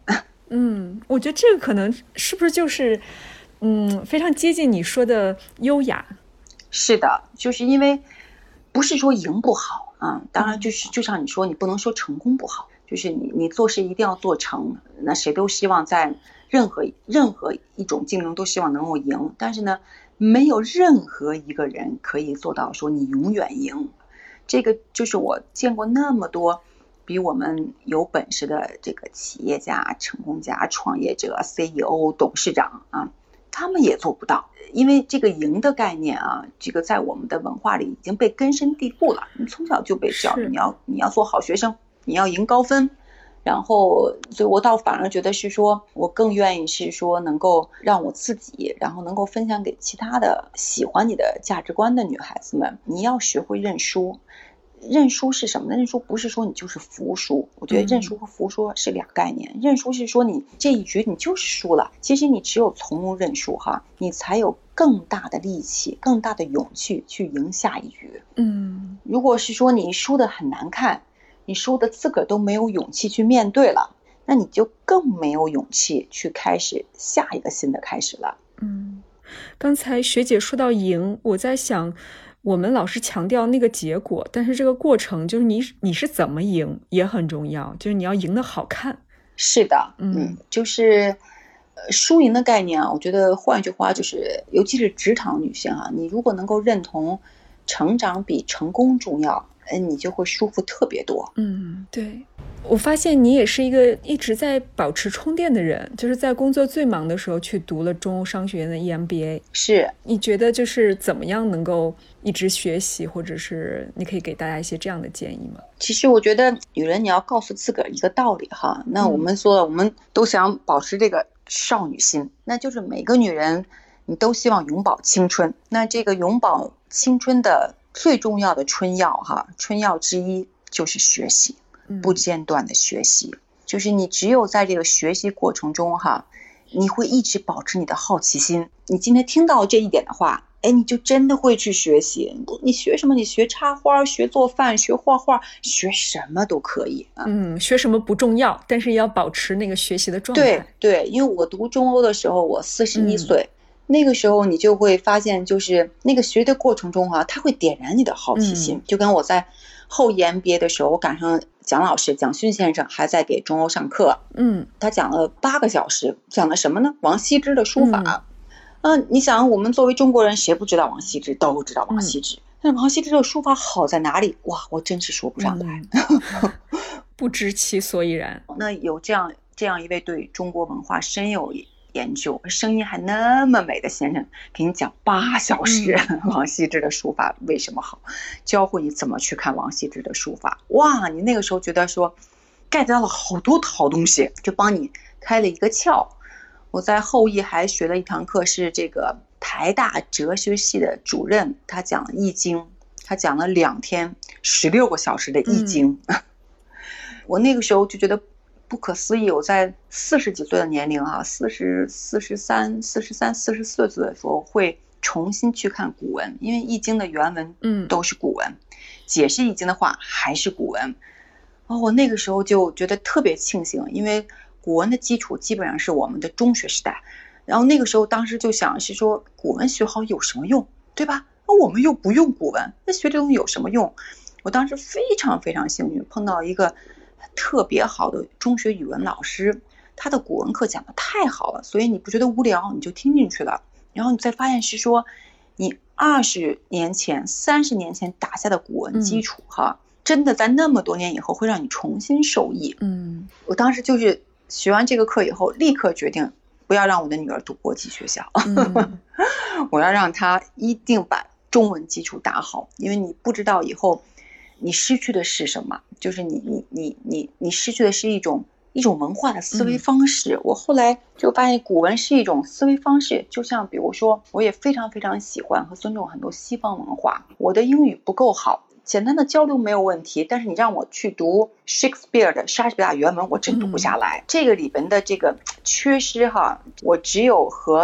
嗯，我觉得这个可能是不是就是嗯非常接近你说的优雅。 是的，就是因为不是说赢不好啊，当然就是就像你说，你不能说成功不好，就是你你做事一定要做成，那谁都希望在任何任何一种竞争都希望能够赢，但是呢，没有任何一个人可以做到说你永远赢。这个就是我见过那么多比我们有本事的这个企业家、成功家、创业者、C E O、董事长啊，他们也做不到。因为这个赢的概念啊，这个在我们的文化里已经被根深蒂固了，你从小就被教育你要你要做好学生，你要赢高分。然后所以我倒反而觉得是说，我更愿意是说能够让我自己，然后能够分享给其他的喜欢你的价值观的女孩子们，你要学会认输。认输是什么呢？认输不是说你就是服输，我觉得认输和服输是两概念。嗯、认输是说你这一局你就是输了，其实你只有从容认输哈，你才有更大的力气、更大的勇气去赢下一局。嗯，如果是说你输得很难看，你输的自个儿都没有勇气去面对了，那你就更没有勇气去开始下一个新的开始了。 嗯，刚才学姐说到赢，我在想。我们老是强调那个结果，但是这个过程就是你你是怎么赢也很重要，就是你要赢得好看。 是的，嗯，就是呃输赢的概念啊，我觉得换一句话就是，尤其是职场女性啊，你如果能够认同成长比成功重要，嗯，你就会舒服特别多。 嗯，对。我发现你也是一个一直在保持充电的人，就是在工作最忙的时候去读了中欧商学院的 E M B A。 是， 你觉得就是怎么样能够一直学习，或者是你可以给大家一些这样的建议吗？ 其实我觉得女人你要告诉自个儿一个道理哈，那我们说、嗯、我们都想保持这个少女心，那就是每个女人你都希望永葆青春，那这个永葆青春的最重要的春药哈，春药之一就是学习，不间断的学习，就是你只有在这个学习过程中哈，你会一直保持你的好奇心。你今天听到这一点的话，哎，你就真的会去学习。你学什么？你学插花、学做饭、学画画，学什么都可以啊。 嗯，学什么不重要，但是要保持那个学习的状态。 对对，因为我读中欧的时候，我四十一岁。嗯，那个时候你就会发现，就是那个学的过程中啊，它会点燃你的好奇心。嗯、就跟我在后 E M B A 的时候，我赶上蒋老师蒋勋先生还在给中欧上课，嗯，他讲了八个小时，讲了什么呢？王羲之的书法。嗯、呃，你想，我们作为中国人，谁不知道王羲之？都知道王羲之。但、嗯、王羲之的书法好在哪里？哇，我真是说不上来， 嗯、不知其所以然。 那有这样这样一位对中国文化深有研究，声音还那么美的先生，给你讲八小时、嗯、王羲之的书法为什么好，教会你怎么去看王羲之的书法。哇，你那个时候觉得说 get 到了好多好东西，就帮你开了一个窍。我在后裔还学了一堂课，是这个台大哲学系的主任，他讲了易经，他讲了两天十六个小时的易经、嗯、我那个时候就觉得不可思议，我在四十几岁的年龄啊，四十四十三四十三四十四岁的时候会重新去看古文，因为易经的原文嗯都是古文、嗯、解释易经的话还是古文。哦，我那个时候就觉得特别庆幸，因为古文的基础基本上是我们的中学时代，然后那个时候当时就想是说古文学好有什么用，对吧？那我们又不用古文，那学这东西有什么用？我当时非常非常幸运碰到一个特别好的中学语文老师，他的古文课讲得太好了，所以你不觉得无聊你就听进去了，然后你再发现是说你二十年前三十年前打下的古文基础哈、嗯，真的在那么多年以后会让你重新受益。嗯，我当时就是学完这个课以后立刻决定不要让我的女儿读国际学校、嗯、我要让她一定把中文基础打好，因为你不知道以后你失去的是什么，就是你你你你你失去的是一种一种文化的思维方式、嗯、我后来就发现古文是一种思维方式，就像比如说我也非常非常喜欢和尊重很多西方文化，我的英语不够好，简单的交流没有问题，但是你让我去读 Shakespeare 的莎士比亚原文我真读不下来、嗯、这个里边的这个缺失哈，我只有和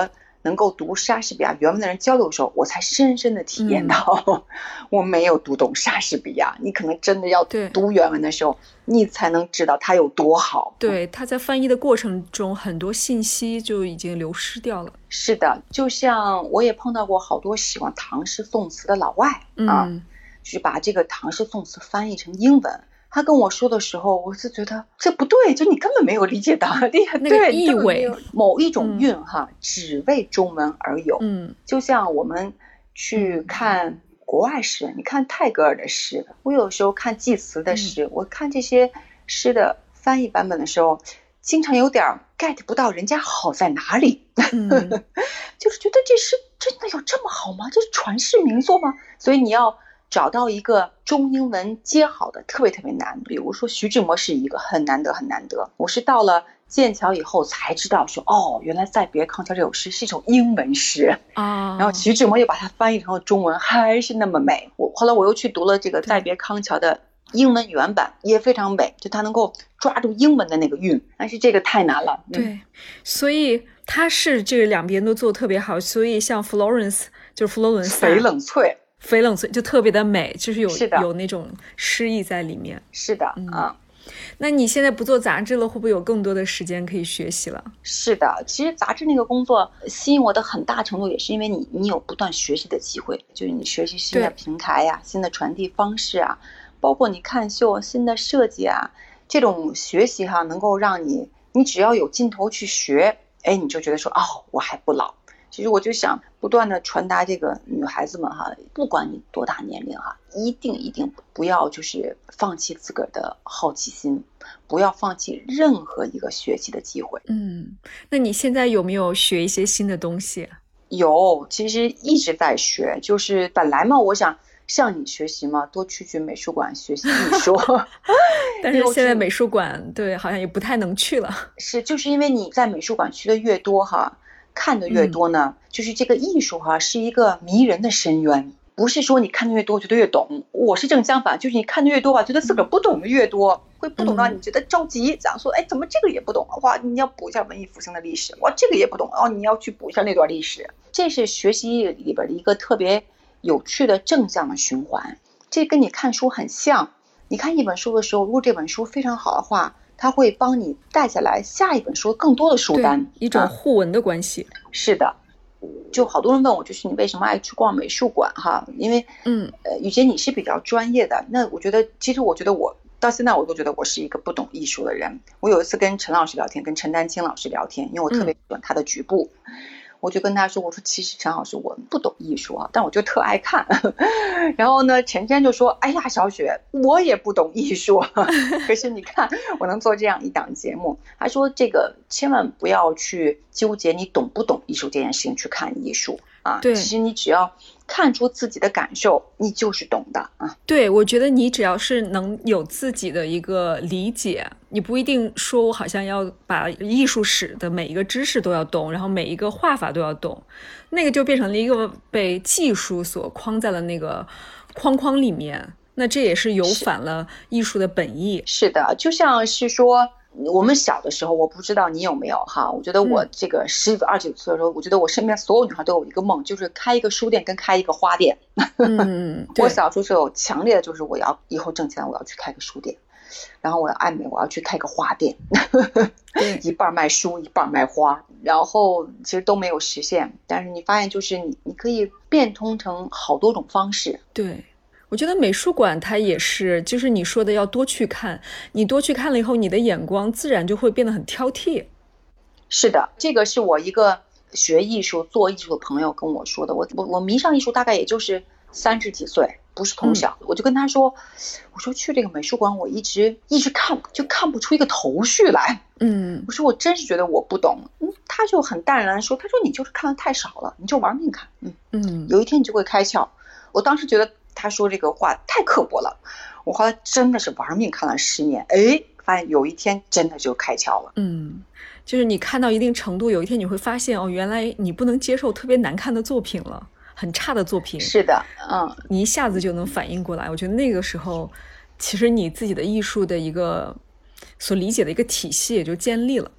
能够读莎士比亚原文的人交流的时候，我才深深的体验到、嗯、我没有读懂莎士比亚。你可能真的要读原文的时候，你才能知道它有多好。 对，他在翻译的过程中，很多信息就已经流失掉了。 是的，就像我也碰到过好多喜欢唐诗宋词的老外、 嗯、 啊，就是把这个唐诗宋词翻译成英文。他跟我说的时候，我是觉得这不对，就你根本没有理解到那个意味， 某一种韵哈、嗯，只为中文而有。 嗯， 就像我们去看国外诗，你看泰戈尔的诗，我有时候看济慈的诗、嗯，我看这些诗的翻译版本的时候，经常有点 get 不到人家好在哪里， 嗯、 就是觉得这诗真的有这么好吗？这是传世名作吗？所以你要找到一个中英文接好的特别特别难。比如说徐志摩是一个很难得很难得，我是到了剑桥以后才知道说，哦，原来再别康桥这首诗是一首英文诗啊、 然后徐志摩又把它翻译成了中文，还是那么美。我后来我又去读了这个再别康桥的英文原版，也非常美，就它能够抓住英文的那个韵，但是这个太难了、嗯、 对，所以它是这个两边都做得特别好。所以像 Florence 就是佛罗伦萨， 翡冷翠翡冷翠就特别的美，就是有有那种诗意在里面。 是的，嗯啊。 那你现在不做杂志了，会不会有更多的时间可以学习了？ 是的，其实杂志那个工作吸引我的很大程度也是因为你你有不断学习的机会，就是你学习新的平台呀、新的传递方式啊，包括你看秀新的设计啊，这种学习哈、啊，能够让你你只要有劲头去学，哎，你就觉得说哦，我还不老。其实我就想不断的传达这个女孩子们哈，不管你多大年龄哈，一定一定不要就是放弃自个儿的好奇心，不要放弃任何一个学习的机会。 嗯，那你现在有没有学一些新的东西？ 有，其实一直在学，就是本来嘛，我想向你学习嘛，多去去美术馆学习艺术。 但是现在美术馆对好像也不太能去了。 是，就是因为你在美术馆去的越多哈，看的越多呢、嗯、就是这个艺术哈是一个迷人的深渊，不是说你看的越多觉得越懂，我是正相反，就是你看的越多吧，觉得自个儿不懂的越多，会不懂到你觉得着急，讲说哎怎么这个也不懂，哇你要补一下文艺复兴的历史，哇这个也不懂哦，你要去补一下那段历史。这是学习里边的一个特别有趣的正向的循环，这跟你看书很像。你看一本书的时候，如果这本书非常好的话，它会帮你带下来下一本书更多的书单， 一种互文的关系、 啊、是的。就好多人问我，就是你为什么爱去逛美术馆哈？因为嗯呃雨洁你是比较专业的，那我觉得其实我觉得我到现在我都觉得我是一个不懂艺术的人。我有一次跟陈老师聊天，跟陈丹青老师聊天，因为我特别喜欢他的局部、嗯、我就跟他说，我说其实陈老师我不懂艺术啊，但我就特爱看。然后呢陈真就说，哎呀小雪我也不懂艺术，可是你看我能做这样一档节目。他说这个千万不要去纠结你懂不懂艺术这件事情去看艺术啊， 对， 其实你只要看出自己的感受，你就是懂的啊。 对，我觉得你只要是能有自己的一个理解，你不一定说我好像要把艺术史的每一个知识都要懂，然后每一个画法都要懂，那个就变成了一个被技术所框在了那个框框里面，那这也是有反了艺术的本意。 是的，就像是说我们小的时候，我不知道你有没有哈，我觉得我这个十几二十几岁的时候、嗯、我觉得我身边所有女孩都有一个梦，就是开一个书店跟开一个花店。 嗯， 我小时候是有强烈的就是我要以后挣钱我要去开个书店，然后我要爱美我要去开个花店。一半卖书一半卖花，然后其实都没有实现，但是你发现就是你你可以变通成好多种方式。 对，我觉得美术馆它也是，就是你说的要多去看，你多去看了以后，你的眼光自然就会变得很挑剔。 是的，这个是我一个学艺术做艺术的朋友跟我说的。我我我迷上艺术大概也就是三十几岁，不是从小、嗯、我就跟他说，我说去这个美术馆我一直一直看就看不出一个头绪来。 嗯， 我说我真是觉得我不懂。嗯，他就很淡然说，他说你就是看的太少了，你就玩命看。嗯嗯， 有一天你就会开窍。我当时觉得他说这个话太刻薄了，我后来真的是玩命看了十年，哎，发现有一天真的就开窍了。 嗯，就是你看到一定程度，有一天你会发现哦，原来你不能接受特别难看的作品了，很差的作品。 是的，嗯， 你一下子就能反应过来。我觉得那个时候，其实你自己的艺术的一个所理解的一个体系也就建立了。 我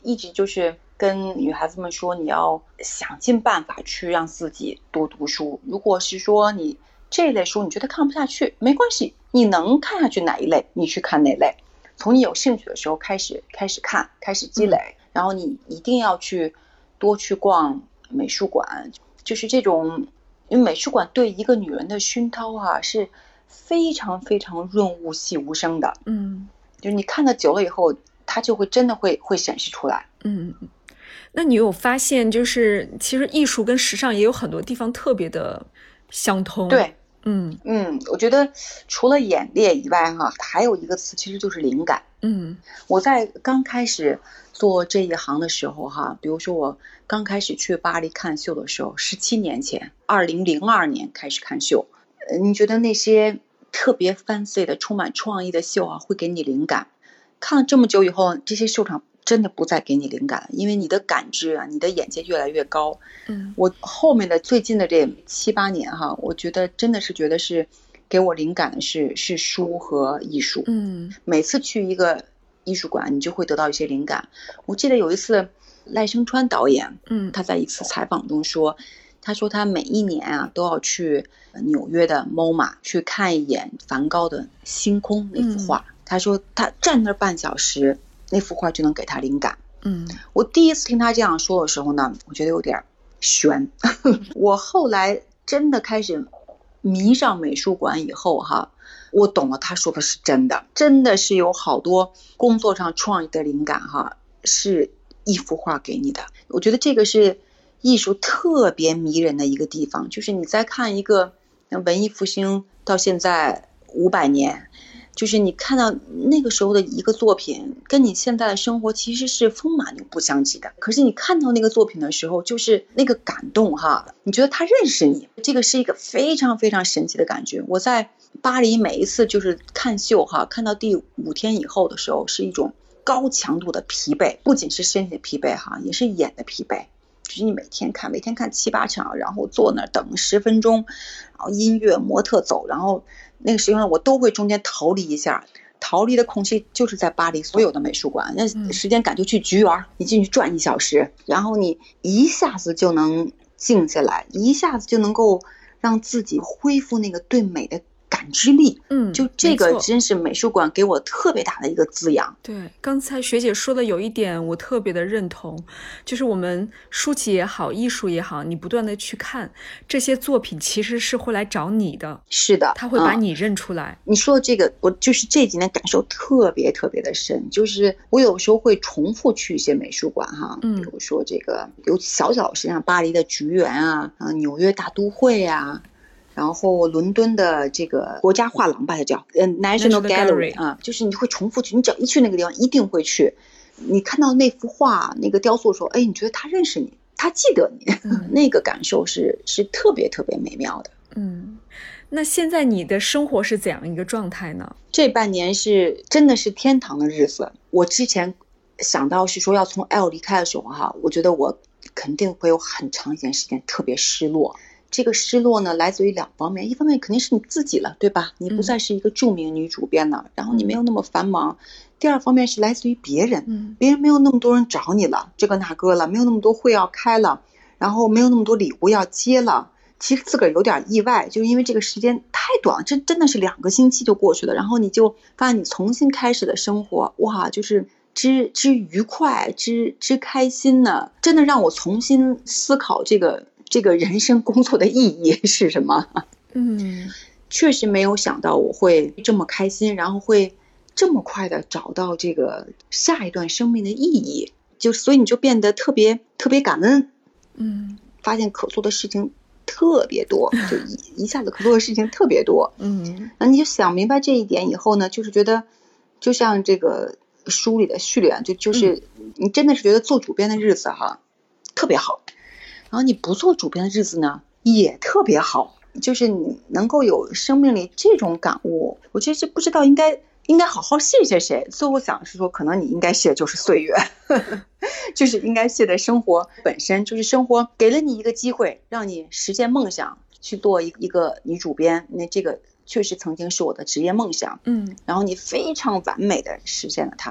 一直就是跟女孩子们说，你要想尽办法去让自己多读书。如果是说你这一类书你觉得看不下去，没关系，你能看下去哪一类你去看哪类，从你有兴趣的时候开始开始看，开始积累。然后你一定要去多去逛美术馆，就是这种，因为美术馆对一个女人的熏陶啊是非常非常润物细无声的。 嗯， 就是你看的久了以后，它就会真的会会显示出来。 嗯，那你有发现就是其实艺术跟时尚也有很多地方特别的相通？ 对， 嗯嗯，我觉得除了眼裂以外哈，还有一个词其实就是灵感。 嗯， 我在刚开始做这一行的时候哈，比如说我刚开始去巴黎看秀的时候，十七年前，二零零二年开始看秀，呃，你觉得那些特别 fancy 的、充满创意的秀啊，会给你灵感？看了这么久以后，这些秀场真的不再给你灵感了，因为你的感知啊，你的眼界越来越高。 嗯， 我后面的最近的这七八年哈，我觉得真的是觉得是给我灵感的是是书和艺术。 嗯， 每次去一个艺术馆，你就会得到一些灵感。我记得有一次赖声川导演， 嗯， 他在一次采访中说，他说他每一年啊都要去纽约的 M O M A 去看一眼梵高的星空那幅画。嗯，他说他站那半小时，那幅画就能给他灵感。 嗯， 我第一次听他这样说的时候呢，我觉得有点悬。我后来真的开始迷上美术馆以后哈，我懂了，他说的是真的，真的是有好多工作上创意的灵感哈，是一幅画给你的。我觉得这个是艺术特别迷人的一个地方，就是你在看一个文艺复兴到现在五百年，就是你看到那个时候的一个作品跟你现在的生活其实是风马牛不相及的，可是你看到那个作品的时候，就是那个感动哈，你觉得他认识你，这个是一个非常非常神奇的感觉。我在巴黎每一次就是看秀哈，看到第五天以后的时候，是一种高强度的疲惫，不仅是身体的疲惫哈，也是眼的疲惫。就是你每天看每天看七八场，然后坐那儿等十分钟，然后音乐模特走，然后那个时候我都会中间逃离一下，逃离的空隙就是在巴黎所有的美术馆，那时间感就去菊园，你进去转一小时，然后你一下子就能静下来，一下子就能够让自己恢复那个对美的感知力。 嗯， 就这个真是美术馆给我特别大的一个滋养。 对，刚才学姐说的有一点我特别的认同，就是我们书籍也好，艺术也好，你不断的去看这些作品，其实是会来找你的。 是的， 他会把你认出来。 嗯，你说的这个，我就是这几年感受特别特别的深，就是我有时候会重复去一些美术馆哈， 嗯， 比如说这个有小小实际上巴黎的菊园啊，啊纽约大都会啊。然后伦敦的这个国家画廊吧，它叫嗯 National Gallery 啊，就是你会重复去，你只要一去那个地方一定会去。你看到那幅画那个雕塑说，哎，你觉得他认识你，他记得你，嗯，那个感受是是特别特别美妙的。 嗯，那现在你的生活是怎样一个状态呢？ 这半年是真的是天堂的日子。我之前想到是说要从 L 离开的时候哈，我觉得我肯定会有很长一段时间特别失落。这个失落呢，来自于两方面，一方面肯定是你自己了，对吧？你不再是一个著名女主编了，嗯，然后你没有那么繁忙。第二方面是来自于别人，嗯，别人没有那么多人找你了，这个那个了，没有那么多会要开了，然后没有那么多礼物要接了。其实自个儿有点意外，就是因为这个时间太短，这真的是两个星期就过去了，然后你就发现你重新开始的生活，哇，就是之之愉快，之之开心呢，真的让我重新思考这个。这个人生工作的意义是什么？ 嗯， 确实没有想到我会这么开心，然后会这么快的找到这个下一段生命的意义，就所以你就变得特别特别感恩。 嗯， 发现可做的事情特别多，就一一下子可做的事情特别多。 嗯， 那你就想明白这一点以后呢，就是觉得就像这个书里的序里啊，就就是你真的是觉得做主编的日子哈特别好。然后你不做主编的日子呢也特别好，就是你能够有生命里这种感悟，我其实不知道应该应该好好谢谢谁，所以我想是说可能你应该谢的就是岁月就是应该谢的生活本身，就是生活给了你一个机会让你实现梦想，去做一一个女主编，那这个确实曾经是我的职业梦想， 嗯， 然后你非常完美的实现了它，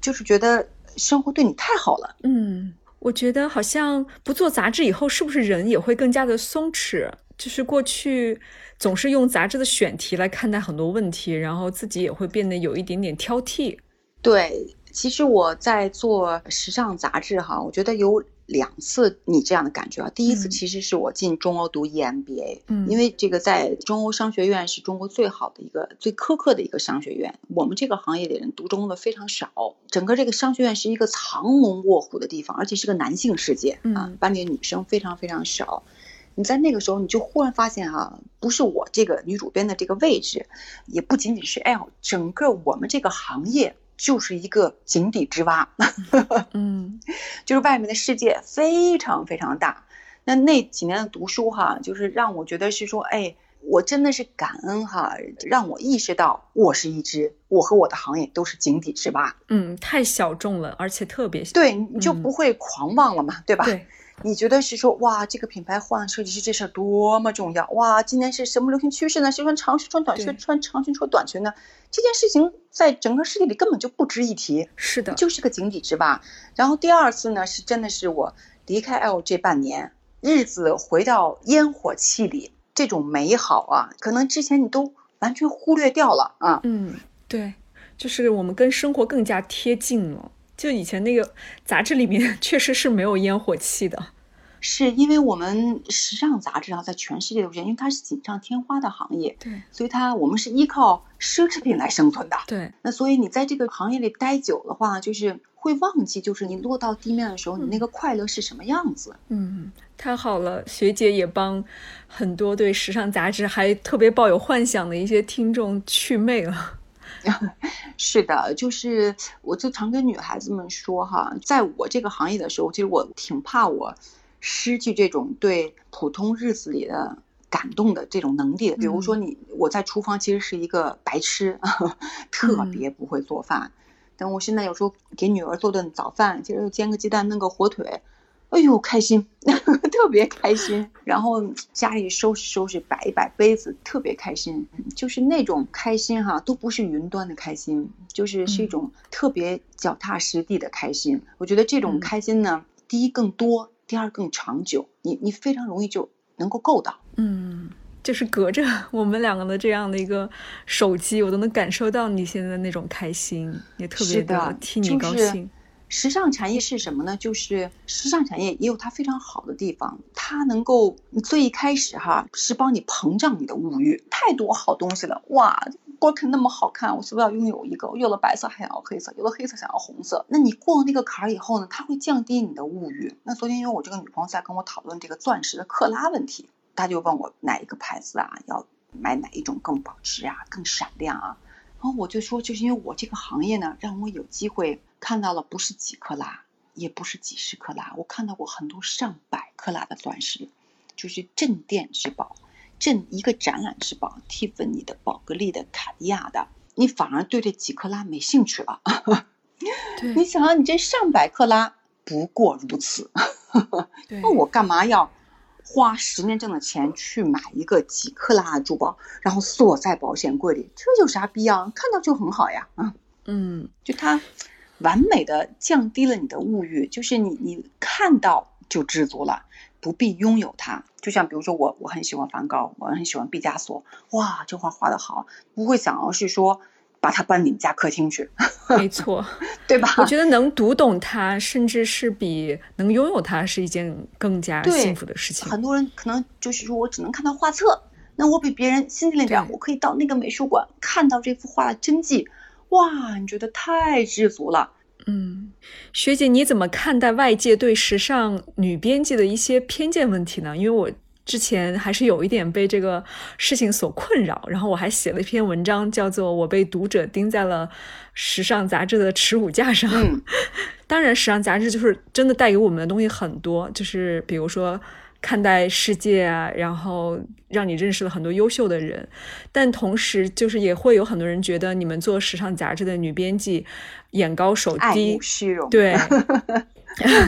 就是觉得生活对你太好了。 嗯，我觉得好像不做杂志以后，是不是人也会更加的松弛？就是过去总是用杂志的选题来看待很多问题，然后自己也会变得有一点点挑剔。 对，其实我在做时尚杂志哈，我觉得有两次你这样的感觉啊。第一次其实是我进中欧读 E M B A，嗯，因为这个在中欧商学院是中国最好的一个最苛刻的一个商学院，我们这个行业里人读中欧的非常少，整个这个商学院是一个藏龙卧虎的地方，而且是个男性世界啊，班里的女生非常非常少。你在那个时候你就忽然发现啊，不是我这个女主编的这个位置，也不仅仅是 L， 整个我们这个行业就是一个井底之蛙。嗯，就是外面的世界非常非常大。那那几年的读书哈，就是让我觉得是说，哎，我真的是感恩哈，让我意识到我是一只，我和我的行业都是井底之蛙。 嗯，太小众了，而且特别小。 对，你就不会狂妄了嘛，嗯、对吧？ 对。 你觉得是说，哇，这个品牌换设计师这事儿多么重要，哇，今年是什么流行趋势呢？是穿长袖穿短袖，穿长裙穿短裙呢？这件事情在整个世界里根本就不值一提。 是的， 就是个井底之蛙。然后第二次呢，是真的是我离开 L 这半年，日子回到烟火气里，这种美好啊，可能之前你都完全忽略掉了啊。 嗯，对，就是我们跟生活更加贴近了。就以前那个杂志里面确实是没有烟火气的， 是因为我们时尚杂志啊，在全世界都是，因为它是锦上添花的行业， 对， 所以它我们是依靠奢侈品来生存的， 对。 那所以你在这个行业里待久的话，就是会忘记，就是你落到地面的时候，嗯、你那个快乐是什么样子。 嗯，太好了，学姐也帮很多对时尚杂志还特别抱有幻想的一些听众祛魅了。 是的，就是我就常跟女孩子们说哈，在我这个行业的时候，其实我挺怕我失去这种对普通日子里的感动的这种能力的。比如说你，我在厨房其实是一个白痴，特别不会做饭。但我现在有时候给女儿做顿早饭，今儿又煎个鸡蛋，弄个火腿。哎呦，开心，特别开心。然后家里收拾收拾，摆一摆杯子，特别开心。就是那种开心哈，都不是云端的开心，就是是一种特别脚踏实地的开心。嗯、我觉得这种开心呢，嗯、第一更多，第二更长久，你你非常容易就能够够到。 嗯，就是隔着我们两个的这样的一个手机，我都能感受到你现在那种开心，也特别的替你高兴。 就是时尚产业是什么呢？就是时尚产业也有它非常好的地方，它能够最一开始哈是帮你膨胀你的物欲，太多好东西了，哇，波肯那么好看，我是不是要拥有一个？我有了白色还想要黑色，有了黑色想要红色。那你过了那个坎儿以后呢，它会降低你的物欲。那昨天因为我这个女朋友在跟我讨论这个钻石的克拉问题，她就问我哪一个牌子啊，要买哪一种更保值啊，更闪亮啊。然后我就说，就是因为我这个行业呢，让我有机会看到了不是几克拉，也不是几十克拉，我看到过很多上百克拉的钻石，就是镇店之宝，镇一个展览之宝，蒂芬尼的、宝格丽的、卡地亚的，你反而对这几克拉没兴趣了。你想想，你这上百克拉不过如此，那我干嘛要花十年挣的钱去买一个几克拉的珠宝，然后锁在保险柜里，这有啥必要？看到就很好呀，啊，嗯，就它完美的降低了你的物欲，就是你你看到就知足了，不必拥有它。就像比如说我我很喜欢梵高，我很喜欢毕加索，哇，这画画的好，不会想要是说把它搬你们家客厅去。 没错， 对吧？ 我觉得能读懂它，甚至是比能拥有它是一件更加幸福的事情。 很多人可能就是说我只能看到画册，那我比别人先进了点，我可以到那个美术馆看到这幅画的真迹，哇，你觉得太知足了。 嗯，学姐，你怎么看待外界对时尚女编辑的一些偏见问题呢？因为我之前还是有一点被这个事情所困扰，然后我还写了一篇文章，叫做我被读者钉在了时尚杂志的耻辱架上。嗯，当然时尚杂志就是真的带给我们的东西很多，就是比如说看待世界啊，然后让你认识了很多优秀的人，但同时就是也会有很多人觉得你们做时尚杂志的女编辑眼高手低， 爱慕虚荣， 对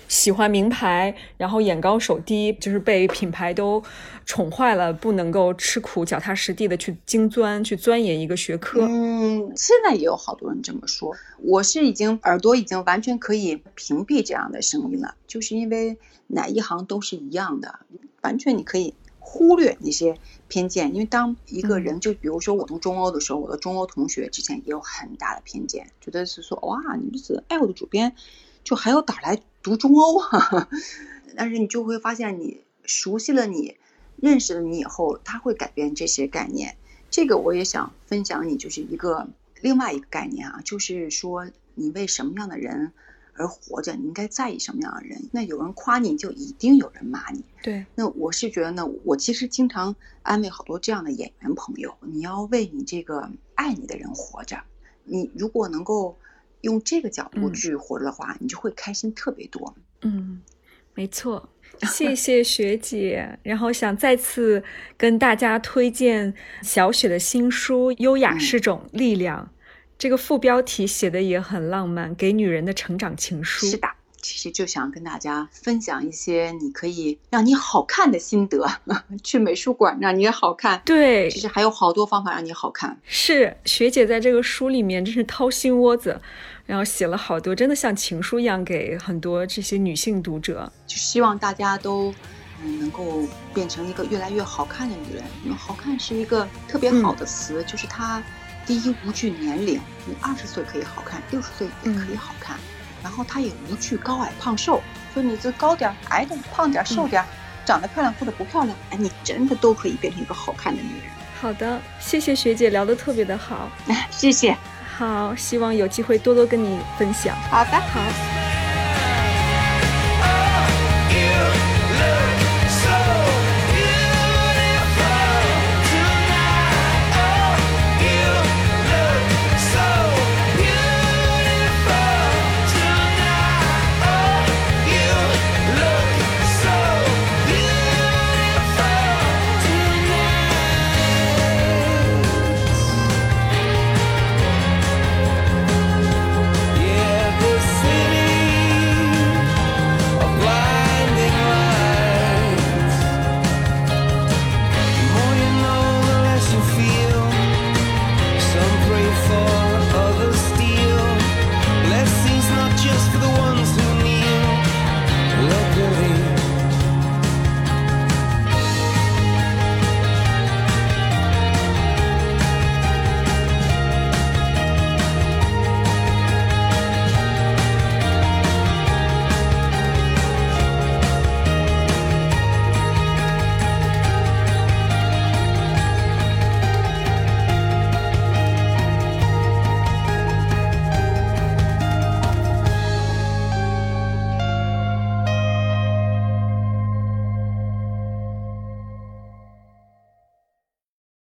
喜欢名牌，然后眼高手低，就是被品牌都宠坏了，不能够吃苦脚踏实地的去精钻去钻研一个学科。 嗯，现在也有好多人这么说，我是已经耳朵已经完全可以屏蔽这样的声音了，就是因为哪一行都是一样的，完全你可以忽略那些偏见。因为当一个人，就比如说我读中欧的时候，我的中欧同学之前也有很大的偏见，觉得是说哇，你们是爱我的主编就还有胆来读中欧啊。但是你就会发现，你熟悉了你认识了你以后，它会改变这些概念。这个我也想分享你，就是一个另外一个概念啊，就是说你为什么样的人而活着，你应该在意什么样的人。那有人夸你，就一定有人骂你。 对， 那我是觉得呢，我其实经常安慰好多这样的演员朋友，你要为你这个爱你的人活着。你如果能够用这个角度去活着的话，嗯、你就会开心特别多。 嗯，没错。谢谢学姐。然后想再次跟大家推荐小雪的新书《优雅是种力量》。嗯，这个副标题写的也很浪漫，给女人的成长情书。 是的，其实就想跟大家分享一些你可以让你好看的心得。去美术馆让你好看， 对， 其实还有好多方法让你好看。 是，学姐在这个书里面真是掏心窝子，然后写了好多，真的像情书一样给很多这些女性读者。 就希望大家都嗯能够变成一个越来越好看的女人。因为好看是一个特别好的词，嗯、就是它第一无惧年龄，你二十岁可以好看，六十岁也可以好看。嗯、然后它也无惧高矮胖瘦，所以你这高点、矮点、胖点、瘦点，嗯、长得漂亮或者不漂亮，哎，你真的都可以变成一个好看的女人。 好的，谢谢学姐聊得特别的好。 谢谢。 好，希望有机会多多跟你分享。 好的， 好。